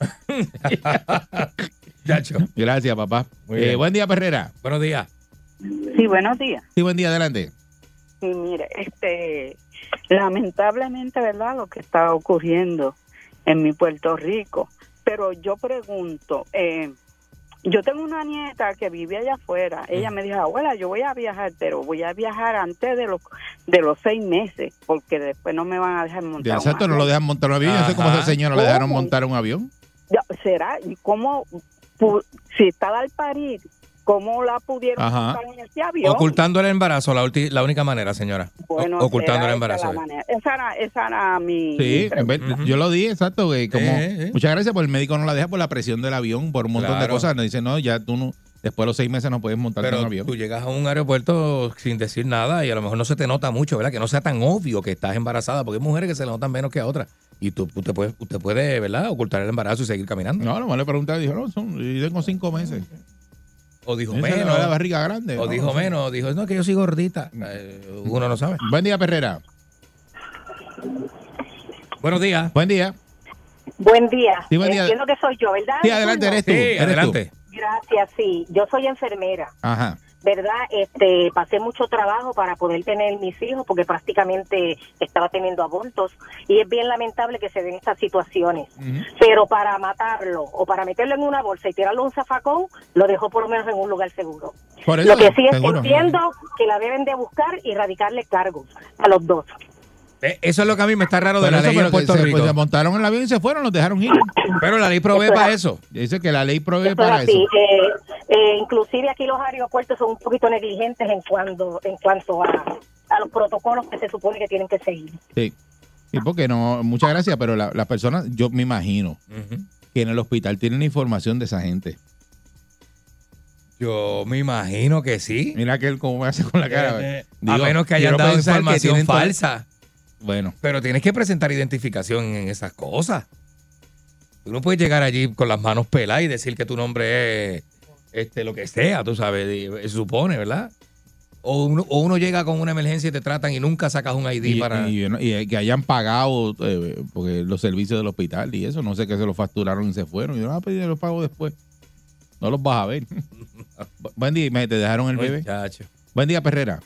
Chacho. Gracias, papá. Muy Eh, bien. buen día, Perrera. Buenos días. Sí, buenos días. Sí, buen día, adelante. Sí, mire, este, lamentablemente, ¿verdad? Lo que está ocurriendo en mi Puerto Rico. Pero yo pregunto, eh, yo tengo una nieta que vive allá afuera. Ella me dijo, abuela, yo voy a viajar, pero voy a viajar antes de los de los seis meses, porque después no me van a dejar montar. un Exacto, no avión". lo dejan montar un avión. Yo no sé cómo a esa señora le dejaron ¿Cómo? montar un avión. Ya, ¿será? ¿Y cómo? pu- Si estaba al parir, ¿cómo la pudieron Ajá. montar en ese avión? Ocultando el embarazo, la, ulti- la única manera, señora. O- Bueno, ocultando será el embarazo. esa la manera. Esa era, esa era mi... Sí, mi en vez- pregunta. yo lo di, exacto. güey, como, Eh, eh. Muchas gracias, por el médico no la deja por la presión del avión, por un montón de Claro. cosas. Nos dice, no, ya tú no, después de los seis meses no puedes montar en Pero un avión. tú llegas a un aeropuerto sin decir nada y a lo mejor no se te nota mucho, ¿verdad? Que no sea tan obvio que estás embarazada, porque hay mujeres que se le notan menos que a otras. Y tú, usted puede, usted puede, ¿verdad? Ocultar el embarazo y seguir caminando. No, nomás le pregunté, dijo, no, son, yo tengo cinco meses. O dijo Esa es menos. la barriga grande. O ¿no? dijo No sé. menos. Dijo, no, que yo soy gordita. Eh, uno no sabe. Buen día, Perrera. Buenos días. Buen día. Buen día. Sí, buen día. Entiendo que soy yo, ¿verdad? Sí, adelante, eres tú. Sí, eres tú. adelante. Gracias, sí. Yo soy enfermera, Ajá. ¿verdad? Este, pasé mucho trabajo para poder tener mis hijos porque prácticamente estaba teniendo abortos y es bien lamentable que se den estas situaciones. Pero para matarlo o para meterlo en una bolsa y tirarlo a un zafacón, lo dejó por lo menos en un lugar seguro. Por eso, Lo que sí es que seguro. entiendo que la deben de buscar y radicarle cargos a los dos. Eh, Eso es lo que a mí me está raro de Por la eso, ley pero en que Puerto se, Rico. pues, se montaron en el avión y se fueron, los dejaron ir. Pero la ley provee Eso para era- eso. Dice que la ley provee Eso es para así. eso. Eh, eh, inclusive aquí los aeropuertos son un poquito negligentes en cuanto en cuanto a, a los protocolos que se supone que tienen que seguir. Sí. Sí, porque no, muchas gracias, pero la- las personas, yo me imagino que en el hospital tienen información de esa gente. Yo me imagino que sí. Mira que él cómo me hace con la cara. Eh, eh, Digo, a menos que hayan quiero dado pensar que información tienen todo- falsa. Bueno. Pero tienes que presentar identificación en esas cosas. Tú no puedes llegar allí con las manos peladas y decir que tu nombre es este lo que sea, tú sabes, y- se supone, ¿verdad? O uno, o uno llega con una emergencia y te tratan y nunca sacas un I D y, para... Y, y, y que hayan pagado eh, porque los servicios del hospital y eso, no sé, que se los facturaron y se fueron. Y yo, ah, pedir los pago después. No los vas a ver. Buen día, ¿te dejaron el bebé? Muchacho. Buen día, Perrera.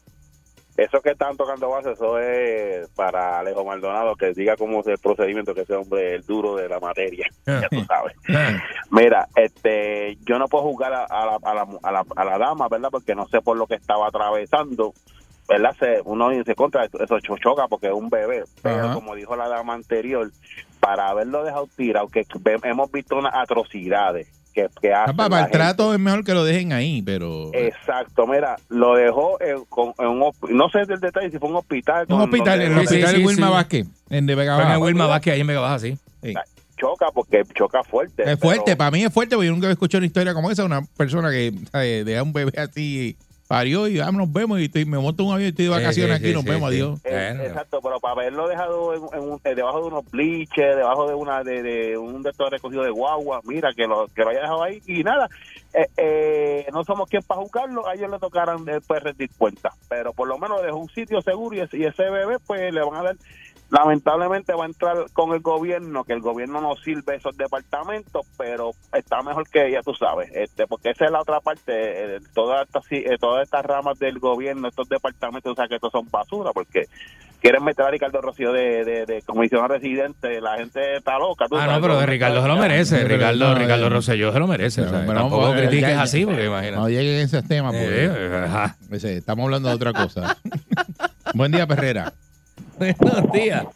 Eso que están tocando base, eso es para Alejo Maldonado, que diga cómo es el procedimiento, que ese hombre es el duro de la materia, ya tú sabes. Mira, este, yo no puedo juzgar a, a, la, a, la, a, la, a la dama, ¿verdad? Porque no sé por lo que estaba atravesando, ¿verdad? Se, uno dice contra eso choca porque es un bebé, pero uh-huh. como dijo la dama anterior, para haberlo dejado tirado, que hemos visto unas atrocidades. Que, que ah, para el trato es mejor que lo dejen ahí, pero... Exacto, mira, lo dejó en, con, en un... No sé del detalle si fue un hospital... Un hospital, en el hospital sí, sí, Wilma sí. Vázquez, en de Vega Baja. En Wilma Vázquez, ahí en Vega Baja, sí. sí. Choca porque choca fuerte. Es fuerte, pero... para mí es fuerte, porque yo nunca he escuchado una historia como esa, una persona que ¿sabes? Deja un bebé así... Parió y ah, nos vemos y estoy, me monto un avión y estoy de vacaciones sí, sí, aquí, sí, nos sí, vemos, sí. adiós. Eh, exacto, pero para haberlo dejado en, en un, eh, debajo de unos bliches, debajo de una de, de un de estos recogidos de guagua, mira, que lo, que lo haya dejado ahí y nada, eh, eh, no somos quien para juzgarlo, a ellos le tocaran después rendir cuenta, pero por lo menos dejó un sitio seguro y ese, y ese bebé pues le van a dar, lamentablemente va a entrar con el gobierno, que el gobierno no sirve esos departamentos, pero está mejor que ya tú sabes, este, porque esa es la otra parte, eh, todas estas eh, todas estas ramas del gobierno, estos departamentos, o sea que estos son basura, porque quieren meter a Ricardo Rosselló de, de, de comisionado residente, la gente está loca. ¿tú ah, sabes? no, pero de Ricardo se lo merece, pero, Ricardo, no, Ricardo eh, Rosselló se lo merece, pero, o sea, pero tampoco vamos, critiques ya, así, porque imagínate. No lleguen a esos temas, porque eh, estamos hablando de otra cosa. Buen día, Perrera. Buenos días.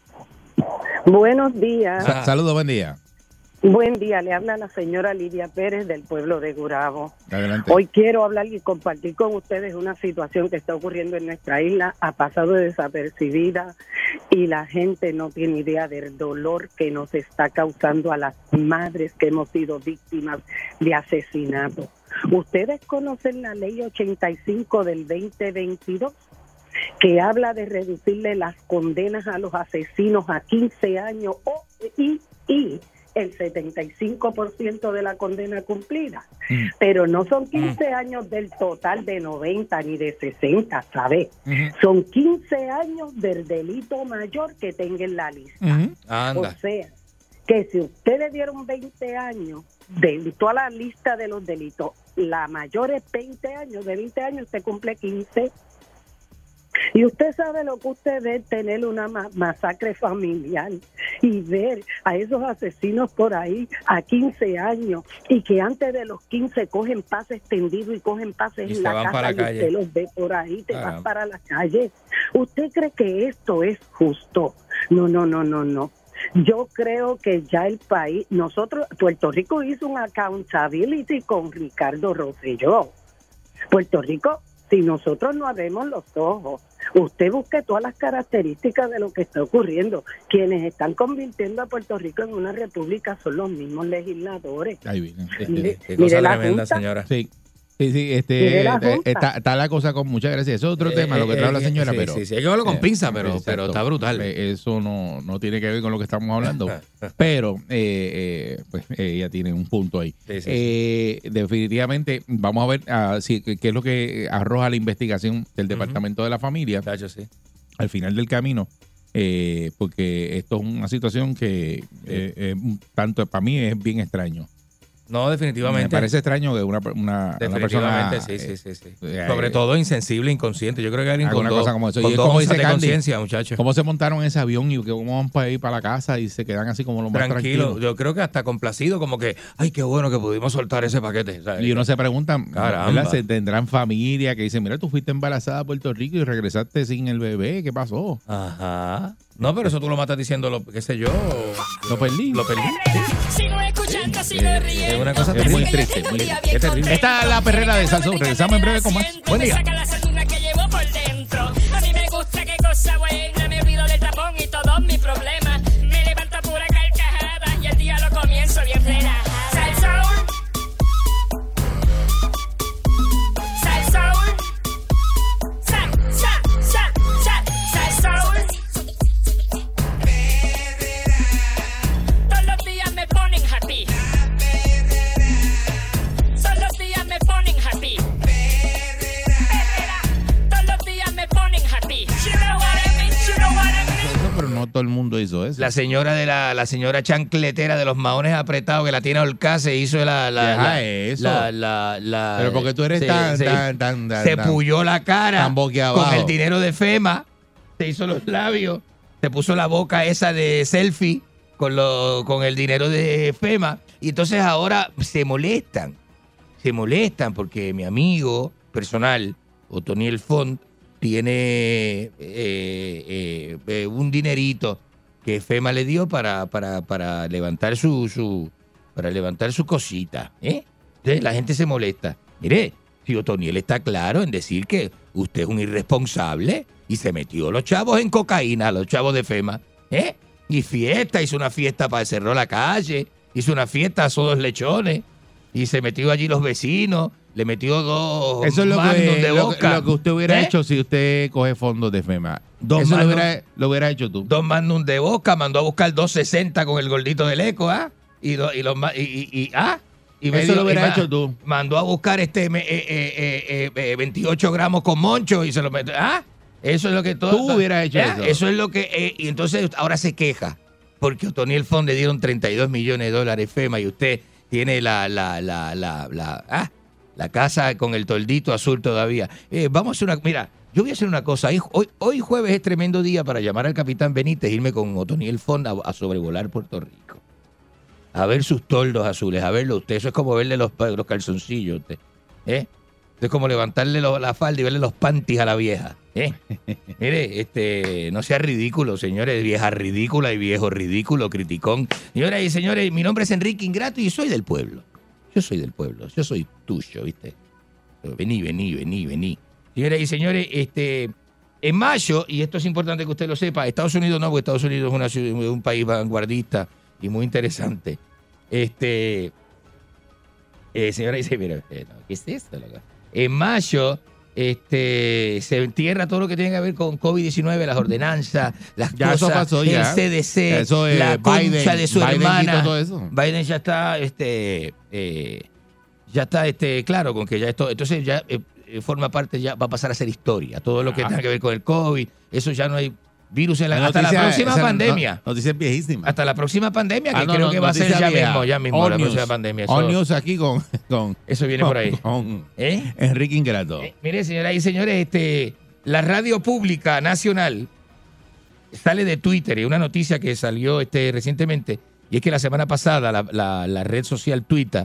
Buenos días. Sa- Saludos, buen día. Buen día, le habla la señora Lidia Pérez del pueblo de Gurabo. Adelante. Hoy quiero hablar y compartir con ustedes una situación que está ocurriendo en nuestra isla, ha pasado desapercibida y la gente no tiene idea del dolor que nos está causando a las madres que hemos sido víctimas de asesinato. ¿Ustedes conocen la ley ochenta y cinco del veinte veintidós? Que habla de reducirle las condenas a los asesinos a quince años o, y, y el setenta y cinco por ciento de la condena cumplida. Mm. Pero no son quince mm. años del total de noventa ni de sesenta, ¿sabes? Mm-hmm. Son quince años del delito mayor que tenga en la lista. Mm-hmm. Anda. O sea, que si ustedes dieron veinte años de toda la lista de los delitos, la mayor es veinte años, de veinte años usted cumple quince. Y usted sabe lo que usted ve, tener una ma- masacre familiar y ver a esos asesinos por ahí a quince años y que antes de los quince cogen pase extendido y cogen pases y en la van casa para y la calle. usted los ve por ahí, te ah. vas para la calle. ¿Usted cree que esto es justo? No, no, no, no, no. Yo creo que ya el país, nosotros, Puerto Rico hizo un accountability con Ricardo Rosselló. Puerto Rico, si nosotros no abrimos los ojos, usted busque todas las características de lo que está ocurriendo. Quienes están convirtiendo a Puerto Rico en una república son los mismos legisladores. Ahí viene. Mire, Qué mire cosa la tremenda, junta. señora. Sí. Sí, sí, este, está, está la cosa con muchas gracias. Eso es otro eh, tema, lo que trae eh, la señora, sí, pero... Sí, sí, hay que verlo con eh, pinza, pero, exacto, pero está brutal. Eh, eso no, no tiene que ver con lo que estamos hablando, pero eh, eh, pues ella tiene un punto ahí. Sí, sí, eh, sí. Definitivamente, vamos a ver uh, si, qué es lo que arroja la investigación del Departamento uh-huh. de la Familia. Tacho, sí. Al final del camino, eh, porque esto es una situación que eh, eh, tanto para mí es bien extraño. No, definitivamente. Me parece extraño que una, una, una persona... sí, sí, sí. sí. Eh, Sobre todo insensible, inconsciente. Yo creo que alguien con una dos, cosa como eso. con y es dos como onzas dice de Candy, conciencia, muchachos. ¿Cómo se montaron en ese avión y que cómo van para ir para la casa y se quedan así como lo más Tranquilo. tranquilos? Yo creo que hasta complacido, como que, ay, qué bueno que pudimos soltar ese paquete. ¿Sabes? Y uno se pregunta, caramba, se tendrán familia que dicen, mira, tú fuiste embarazada a Puerto Rico y regresaste sin el bebé, ¿qué pasó? Ajá. No, pero eso tú lo matas diciendo, lo, qué sé yo. Lo perdí. Lo perdí. Sigo escuchando, sigo riendo. Es una cosa es muy triste, muy triste. terrible. Esta es la perrera de Salsón. Regresamos en breve con más. Buen día. Saca la sardina que llevo por dentro. A mí me gusta, qué cosa buena. Me olvido del tapón y todos mis problemas. Me levanto a pura carcajada y el día lo comienzo bien relajada. Salsón. Salsón. Sal, sal, sal, sal, salsón. Todos los días me ponen happy. Todos los días me ponen happy. Perrera. no todo el mundo hizo eso. La señora de la, la señora chancletera de los maones apretados que la tiene ahorcada se hizo la... la, Deja la, eso. la, la, la- Pero porque tú eres se- tan, se- tan, tan, tan, se tan- puyó la cara tan boquiabajo. con el dinero de FEMA, se hizo los labios, se puso la boca esa de selfie con, lo, con el dinero de FEMA. Y entonces ahora se molestan, se molestan porque mi amigo personal, Otoniel Font, tiene eh, eh, eh, un dinerito que FEMA le dio para, para, para levantar su, su para levantar su cosita, ¿eh? Entonces la gente se molesta. Mire, si Otoniel está claro en decir que usted es un irresponsable y se metió los chavos en cocaína, los chavos de FEMA, ¿eh? Y fiesta, hizo una fiesta para cerrar la calle, hizo una fiesta, asó dos lechones y se metió allí los vecinos, le metió dos Eso es lo mandos que, de lo, boca. lo que usted hubiera ¿Eh? hecho si usted coge fondos de FEMA. Dos Eso lo manos- hubiera, lo hubiera hecho tú. Dos magnum de boca, mandó a buscar doscientos sesenta con el gordito del eco, ¿ah? Y, do- y los ma- y, y, y- ah, y Eso medio- lo hubiera y ma- hecho tú. Mandó a buscar este me- eh, eh, eh, eh, veintiocho gramos con moncho y se lo metió. Ah, eso es lo que todo. Tú hubieras hecho Ah, eso. Eso es lo que. eh, y entonces ahora se queja porque Otoniel Font le dieron treinta y dos millones de dólares FEMA y usted tiene la, la, la, la, la, ah, la casa con el toldito azul todavía. Eh, vamos a hacer una. Mira, yo voy a hacer una cosa. Hoy, hoy, hoy jueves es tremendo día para llamar al capitán Benítez, irme con Otoniel Font a, a sobrevolar Puerto Rico. A ver sus toldos azules, a verlo usted. Eso es como verle los, los calzoncillos, usted. ¿Eh? Es como levantarle lo- la falda y verle los panties a la vieja. ¿Eh? Mire, este, no sea ridículo, señores, vieja ridícula y viejo ridículo, criticón. Señoras y señores, mi nombre es Enrique Ingrato y soy del pueblo. Yo soy del pueblo, yo soy tuyo, ¿viste? Vení, vení, vení, vení. Señoras y señores, este, en mayo, y esto es importante que usted lo sepa, Estados Unidos no, porque Estados Unidos es una ciudad- un país vanguardista y muy interesante. Este, eh, señora dice, mira, eh, no, ¿qué es esto? loco? En mayo, este, se entierra todo lo que tiene que ver con COVID diecinueve, las ordenanzas, las Ya cosas, eso pasó ya. el C D C, Eso es la Biden, concha de su Biden hermana. quitó todo eso. Biden ya está, este, eh, ya está, este, claro, con que ya esto, entonces ya eh, eh, forma parte, ya va a pasar a ser historia. Todo lo que Ah. tenga que ver con el COVID, eso ya no hay virus en la, La hasta la noticia- próxima esa pandemia. no- Noticia viejísima. Hasta la próxima pandemia, que Ah, no, creo no, que va a ser noticia ya vieja. mismo, ya mismo, All la news. próxima pandemia. All Eso, news aquí con, con, eso viene por ahí. con ¿Eh? Enrique Ingrato. Eh, mire, señoras y señores, este, la radio pública nacional sale de Twitter y una noticia que salió este, recientemente, y es que la semana pasada la, la- la red social Twitter,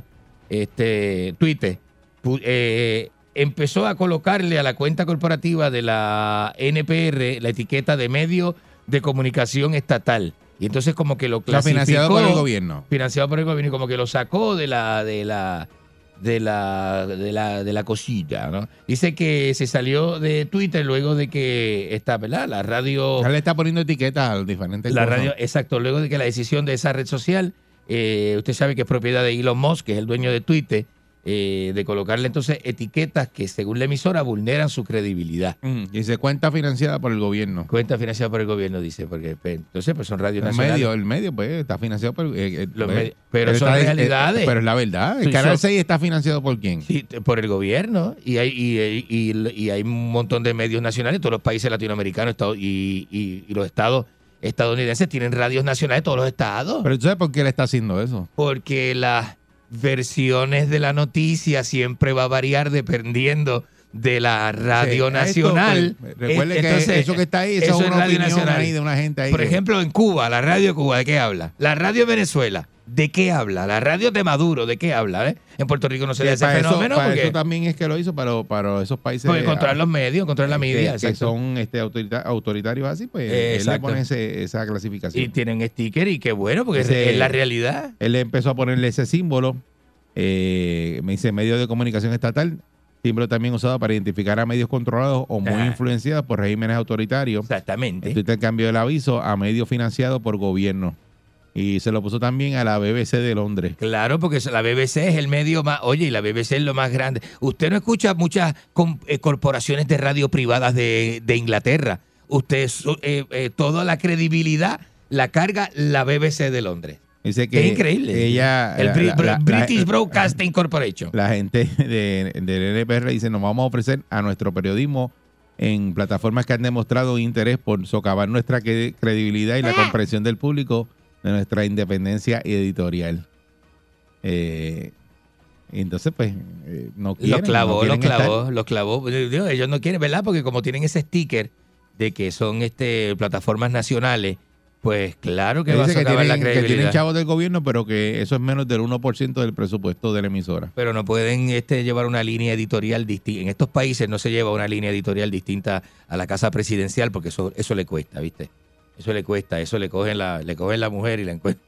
este, Twitter pu- eh, empezó a colocarle a la cuenta corporativa de la N P R la etiqueta de medio de comunicación estatal. Y entonces como que lo O sea, clasificó. financiado por el gobierno. Financiado por el gobierno y como que lo sacó de la de la de la de la de la cosilla, ¿no? Dice que se salió de Twitter luego de que está, ¿verdad? La radio Ya le está poniendo etiquetas a diferentes la cosas. radio, exacto, luego de que la decisión de esa red social, eh, usted sabe que es propiedad de Elon Musk, que es el dueño de Twitter, eh, de colocarle entonces etiquetas que según la emisora vulneran su credibilidad. Mm, y se cuenta financiada por el gobierno. Cuenta financiada por el gobierno, dice, porque pues, entonces pues son radios El nacionales. medio, el medio, pues, está financiado por... eh, eh, Los pues, medios- pero él son está- eh, realidades. pero es la verdad. El Sí, Canal son- seis está financiado por quién. Sí, t- por el gobierno. Y hay, y, y- y- y hay un montón de medios nacionales, todos los países latinoamericanos Estados- y, y- y los estados estadounidenses tienen radios nacionales, todos los estados. Pero tú sabes por qué él está haciendo eso. Porque las versiones de la noticia siempre va a variar dependiendo de la radio Sí, nacional. esto, pues, recuerde Eh, que entonces, eso que está ahí, esa eso es una radio opinión nacional. ahí de una gente ahí. Por que- ejemplo, en Cuba, la radio de Cuba, ¿de qué habla? La radio de Venezuela, ¿de qué habla? La radio de Maduro, ¿de qué habla? ¿Eh? En Puerto Rico no se que da ese para eso, fenómeno para porque, eso también es que lo hizo para, para esos países porque controlar los medios, controlar la que- media. que, exacto. son este, autorita- autoritarios así, pues Eh, él le exacto. pone ese- esa clasificación. Y tienen sticker y qué bueno, porque Ese- es la realidad. Él empezó a ponerle ese símbolo, eh, me dice medio de comunicación estatal, símbolo también usado para identificar a medios controlados o muy Ajá. influenciados por regímenes autoritarios. Exactamente. En Twitter cambió el aviso a medios financiados por gobierno. Y se lo puso también a la B B C de Londres. Claro, porque la B B C es el medio más, oye, y la B B C es lo más grande. Usted no escucha muchas com- eh, corporaciones de radio privadas de, de Inglaterra. Usted, su- eh, eh, toda la credibilidad la carga la B B C de Londres. Dice que Es increíble. ella, el la- Bri- la- Br- la- British la- Broadcasting Corporation. La gente de, del N P R dice, nos vamos a ofrecer a nuestro periodismo en plataformas que han demostrado interés por socavar nuestra cre- credibilidad y la comprensión del público de nuestra independencia editorial. Eh, entonces, pues, eh, no quieren. Los clavó, no quieren los clavó, estar. los clavó. Digo, ellos no quieren, ¿verdad? Porque como tienen ese sticker de que son este plataformas nacionales, pues claro que Dice va a que socavar tienen, la que credibilidad. tienen chavos del gobierno, pero que eso es menos del uno por ciento del presupuesto de la emisora. Pero no pueden este, llevar una línea editorial distinta. En estos países no se lleva una línea editorial distinta a la casa presidencial porque eso, eso le cuesta, ¿viste? Eso le cuesta, eso le cogen la, le cogen la mujer y la encuentran.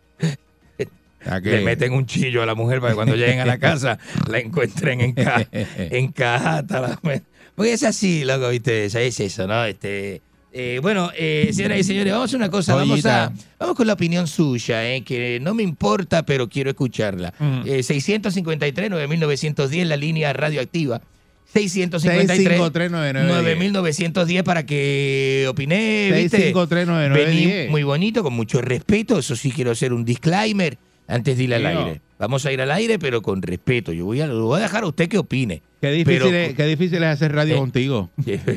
Le meten un chillo a la mujer para que cuando lleguen a la casa la encuentren en ca en cajata. La mujer. Porque es así, loco, ¿viste? Eso es eso, ¿no? Este, eh, bueno, eh, señoras y señores, vamos a hacer una cosa. Vamos, a, vamos con la opinión suya, eh, que no me importa, pero quiero escucharla. Mm. Eh, seiscientos cincuenta y tres, nueve mil novecientos diez, la línea radioactiva. seiscientos cincuenta y tres, nueve mil novecientos diez para que opine, ¿viste? seiscientos cincuenta y tres, nueve mil novecientos diez. Vení muy bonito, con mucho respeto. Eso sí, quiero hacer un disclaimer antes de ir al sí, aire. No. Vamos a ir al aire, pero con respeto. Yo voy a, lo voy a dejar a usted que opine. Qué difícil, pero, es, qué difícil es hacer radio eh, contigo.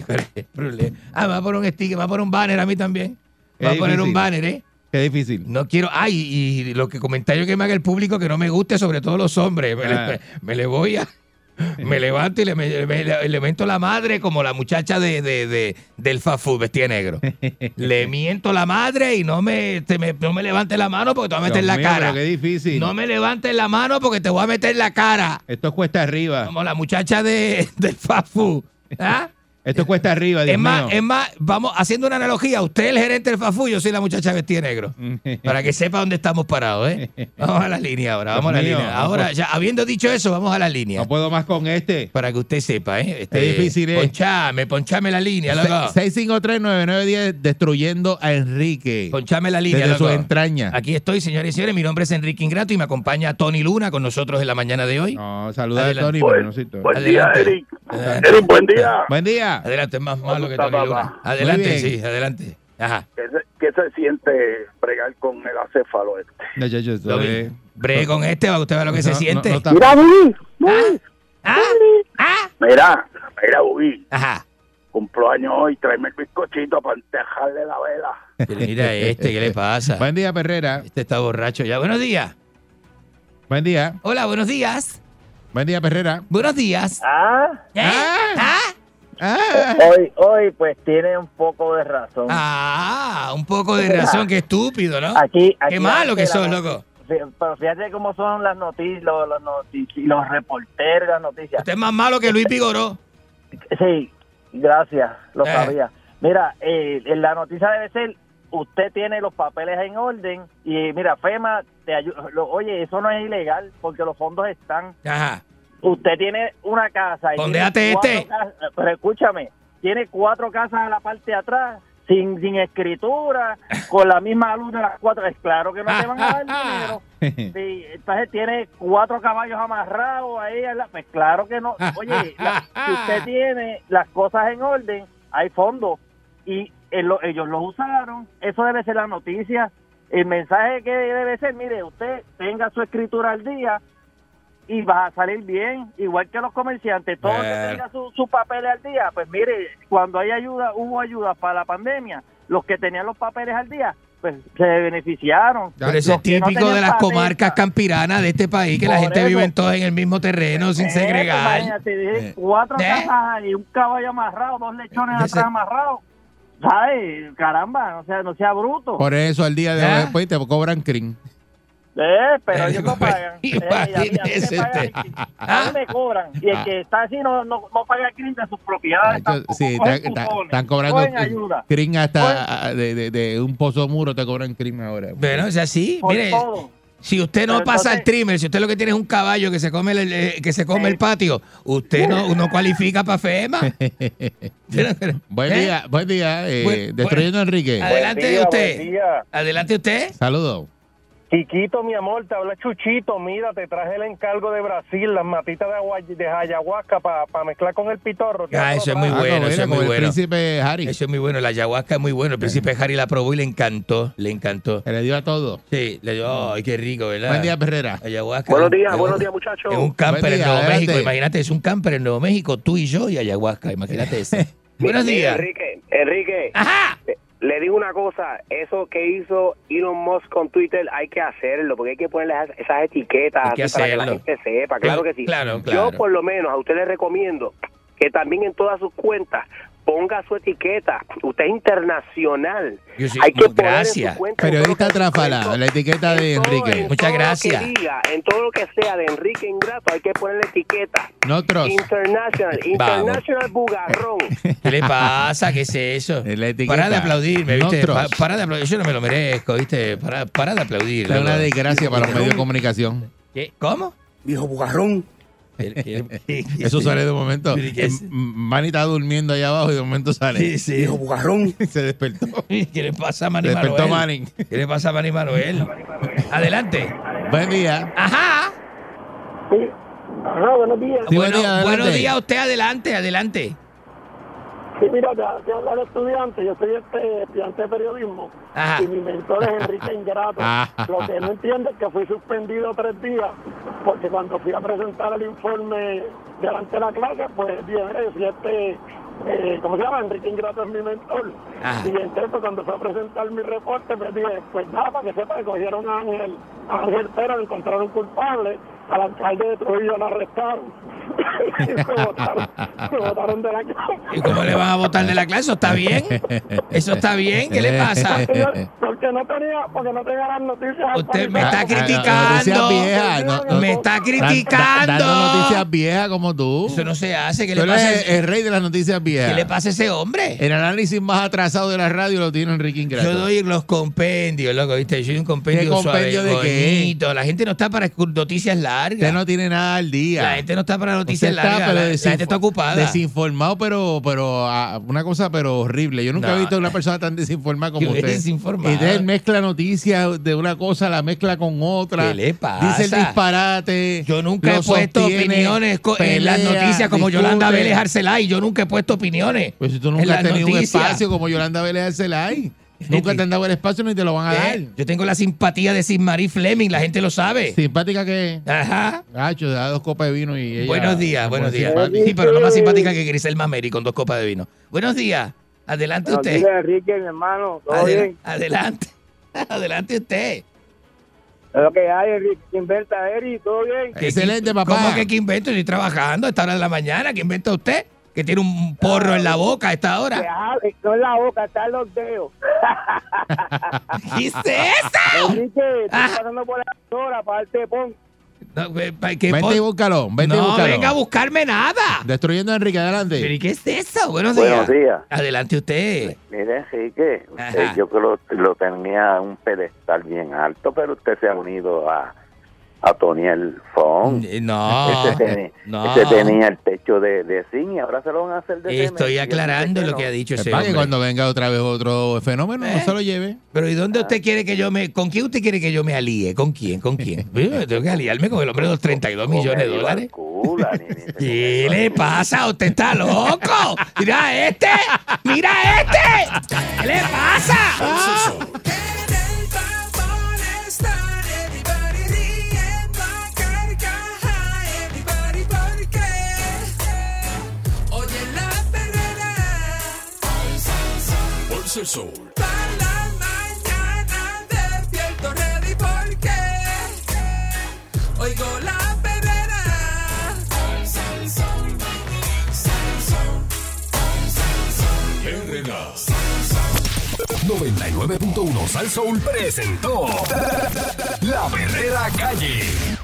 Ah, me va a poner un sticker, me va a poner un banner a mí también. Me va a poner un banner, ¿eh? Qué difícil. No quiero. Ay, y lo que comentario que me haga el público que no me guste, sobre todo los hombres. Me, ah. le, me le voy a. Me levanto y le, me, me, le, le miento la madre como la muchacha de, de, de del fast food vestida de negro. Le miento la madre y no me, te, me, no me levantes la mano porque te voy a meter en la mío, cara. Pero qué difícil. No me levantes la mano porque te voy a meter en la cara. Esto es cuesta arriba. Como la muchacha de, del fast food. ¿Ah? Esto es cuesta arriba, Dios es más, mío. es más, vamos haciendo una analogía. Usted es el gerente del fast food, yo soy la muchacha vestida de negro. Para que sepa dónde estamos parados, ¿eh? Vamos a la línea ahora, vamos Dios a la mío, línea. Ahora, no ya habiendo dicho eso, vamos a la línea. No puedo más con este. Para que usted sepa, ¿eh? Este, es difícil, ¿eh? Ponchame, ponchame la línea, loco. seis cinco tres, nueve nueve uno cero destruyendo a Enrique. Ponchame la línea, desde loco. sus entrañas. Aquí estoy, señores y señores. Mi nombre es Enrique Ingrato y me acompaña Tony Luna con nosotros en la mañana de hoy. No, saluda a Tony. Buen, buen día, Eric. Adelante. Eric, buen día. Buen día. Adelante, es más malo que Tony Luna. Adelante, sí, adelante. Ajá. ¿Qué se, ¿Qué se siente bregar con el acéfalo este? No, yo, yo estoy... Bregue con este, usted ve lo que no, se siente. No, no mira, Bubi. ¿Ah? ¿Ah? ¿Ah? Mira, mira, Bubi. Ajá. Cumpleaños hoy, tráeme el bizcochito para dejarle la vela. Pero mira este, ¿qué le pasa? Buen día, Perrera. Este está borracho ya. Buenos días. Buen día. Hola, buenos días. Buen día, Perrera. Buenos días. Ah. ¿Eh? ¿Ah? Ah. Hoy, hoy, pues tiene un poco de razón. Ah, un poco de razón. Qué estúpido, ¿no? Aquí, aquí Qué malo que sos, loco. Pero fíjate cómo son las noticias, los, los, notici los reporteros, las noticias. Usted es más malo que Luis Vigoró. Sí, gracias, lo eh. sabía. Mira, eh, la noticia debe ser, usted tiene los papeles en orden y mira, FEMA te ayuda. Oye, eso no es ilegal porque los fondos están. Ajá. Usted tiene una casa. Y Pondéate este. Casas, pero escúchame, tiene cuatro casas a la parte de atrás, sin, sin escritura, con la misma luz de las cuatro. Es claro que no te van a dar dinero. Sí, entonces tiene cuatro caballos amarrados ahí. Pues claro que no. Oye, la, si usted tiene las cosas en orden, hay fondos. Y el, ellos los usaron. Eso debe ser la noticia. El mensaje que debe ser, mire, usted tenga su escritura al día y va a salir bien, igual que los comerciantes, todos que tengan sus su papeles al día. Pues mire, cuando hay ayuda, hubo ayuda para la pandemia, los que tenían los papeles al día, pues se beneficiaron. Pero eso es típico no de las papeles, comarcas campiranas de este país, que la gente eso, vive todos en el mismo terreno, sin segregar. Imagínate, dije, cuatro ¿Eh? casas y un caballo amarrado, dos lechones ¿Eh? atrás amarrados. ¿Sabes? Caramba, no sea, no sea bruto. Por eso al día de hoy después te cobran crin. Eh, pero ellos no pagan. Eh, y a, mí, a, mí me pagan a mí me cobran. Y el que está así no, no, no paga crin de sus propiedades. Tampoco, sí, están cobrando crin hasta de, de, de un pozo muro, te cobran crin ahora. Bueno, es así. Por Mire, todo. Si usted no pero pasa entonces, el trimmer, si usted lo que tiene es un caballo que se come el, eh, que se come eh, el patio, usted no, no cualifica para FEMA. Buen día, ¿Eh? buen día, eh, buen, Destruyendo a Enrique. Adelante día, usted. Adelante usted. Saludos. Chiquito, mi amor, te habla Chuchito. Mira, te traje el encargo de Brasil, las matitas de, agua, de ayahuasca para pa mezclar con el pitorro. Ah, eso es muy bueno, ah, eso es muy bueno. El príncipe Harry. Eso es muy bueno, la ayahuasca es muy bueno. El príncipe Harry la probó y le encantó, le encantó. Le dio a todo. Sí, le dio, ay, qué rico, ¿verdad? Buen día, Perrera. Ayahuasca. Buenos días, buenos días, muchachos. Es un camper día, en Nuevo adelante. México, imagínate, es un camper en Nuevo México, tú y yo y ayahuasca, imagínate eso. Buenos días. Enrique, Enrique. Ajá. Le digo una cosa, eso que hizo Elon Musk con Twitter hay que hacerlo, porque hay que ponerle esas, esas etiquetas Hay que así para que la hacerlo. gente sepa, claro que sí. Claro, claro. Yo por lo menos a usted le recomiendo que también en todas sus cuentas ponga su etiqueta. Usted es internacional. Yo sí, hay que poner gracias. en su cuenta Periodista Tráfala, la etiqueta de Enrique. Muchas todo gracias. lo que diga, en todo lo que sea de Enrique Ingrato hay que ponerle etiqueta. Nosotros. International, International Bugarrón. ¿Qué le pasa? ¿Qué es eso? La etiqueta. Para de aplaudirme, ¿viste? Nosotros. Pa- para de aplaudir. Yo no me lo merezco, ¿viste? Para, para de aplaudir. Es una loco. desgracia para los medios de comunicación. ¿Qué? ¿Cómo? Viejo bugarrón. Eso sale de momento. ¿Pero qué es? M- Manny está durmiendo allá abajo y de momento sale. Sí, sí. Viejo bugarrón. Se despertó. ¿Qué le pasa a Manny Se despertó Manuel? Manny. ¿Qué le pasa a Manny Manuel? Adelante. Buen día. Ajá. Sí. Ajá, buenos días. Sí, buen Bueno, día, adelante. buenos días a usted, adelante, adelante. Sí, mira, te, te habla de estudiante, yo soy este estudiante de periodismo Ajá. y mi mentor es Enrique Ingrato. Ajá. Lo que no entiendo es que fui suspendido tres días porque cuando fui a presentar el informe delante de la clase, pues dije, mire, si este, eh, ¿cómo se llama? Enrique Ingrato es mi mentor. Ajá. Y entonces pues, cuando fui a presentar mi reporte, pues dije, pues nada, para que sepa que cogieron a Ángel, a Ángel Pérez, lo encontraron culpable, al alcalde de Trujillo lo arrestaron. Y me botaron, me botaron de la clase. ¿Y cómo le van a votar de la clase? ¿Eso está bien? ¿Eso está bien? ¿Qué le pasa? Porque, yo- porque no tenía, porque no tenía las noticias. Usted me está actualizadas. criticando. Noticias viejas. no- no- Me está da- criticando. da- Dando noticias viejas como tú. Eso no se hace. ¿Qué Tú le eres pasa? a el, ese- el rey de las noticias viejas. ¿Qué le pasa a ese hombre? El análisis más atrasado de la radio lo tiene Enrique Ingrato. Yo doy los compendios, loco, ¿viste? Yo soy un compendio, ¿Qué compendio suave, de qué? bonito. La gente no está para escu- noticias largas. Usted no tiene nada al día. La gente no está para noticias Usted está, largas. pero La, la desinfo- gente está ocupada. Desinformado, pero, pero ah, una cosa pero horrible. Yo nunca No. he visto una persona tan desinformada como ¿Qué usted. desinformada? Y usted mezcla noticias de una cosa, la mezcla con otra. ¿Qué le pasa? Dice el disparate. Yo nunca lo he puesto sostiene, opiniones co- en las pelea, noticias como discute. Yolanda Vélez Arcelay. Yo nunca he puesto opiniones. Pues si tú en nunca las has tenido noticias. un espacio como Yolanda Vélez Arcelay. Nunca te han dado el espacio ni te lo van a dar. ¿Eh? Yo tengo la simpatía de Sid-Marie Fleming, la gente lo sabe. ¿Simpática que Ajá. Gacho, da dos copas de vino y ella... Buenos días, buenos muy días. simpática. Sí, pero no más simpática que Griselma Mary con dos copas de vino. Buenos días. Adelante Buenos usted. días, Enrique, mi hermano. ¿Todo Adela- bien? Adelante. Adelante usted. Es lo que hay, Enrique. ¿Qué inventa, Eri? ¿Todo bien? ¿Qué- Excelente, qué- papá. ¿Cómo que qué invento? Estoy trabajando a esta hora de la mañana. ¿Qué inventa usted? Que tiene un porro en la boca a esta hora. No en la boca, está en los dedos. ¿Qué es eso? Enrique, estoy Ah. pasando por la hora para darte pon. No, ve- ve- ¿qué Vente por- y búscalo, vente y no búscalo. venga a buscarme nada. Destruyendo a Enrique, adelante. ¿Pero y qué es eso? Buenos Buenos días. días. Adelante usted. Mire, Enrique, usted, Ajá. yo creo que lo, lo tenía un pedestal bien alto, pero usted se ha unido a, a Toniel Fon. No, Ese, tenía, no. ese tenía el techo de, de zinc y ahora se lo van a hacer de Estoy cemento. aclarando Yo sé lo que ha dicho Es ese para que hombre. cuando venga otra vez otro fenómeno no ¿Eh? se lo lleve. Pero ¿y dónde usted quiere que yo me... ¿Con quién usted quiere que yo me alíe? ¿Con quién? ¿Con quién? Yo tengo que aliarme con el hombre de los treinta y dos millones de dólares. ¿Qué le pasa? ¿Usted está loco? Mira este, mira este. ¿Qué le pasa? Ah. El sol. Para la mañana despierto ready porque oigo la perrera. Sal, sol, sal, sol, sal, sol. Perrera. noventa y nueve punto uno Sal Soul presentó La Perrera Calle.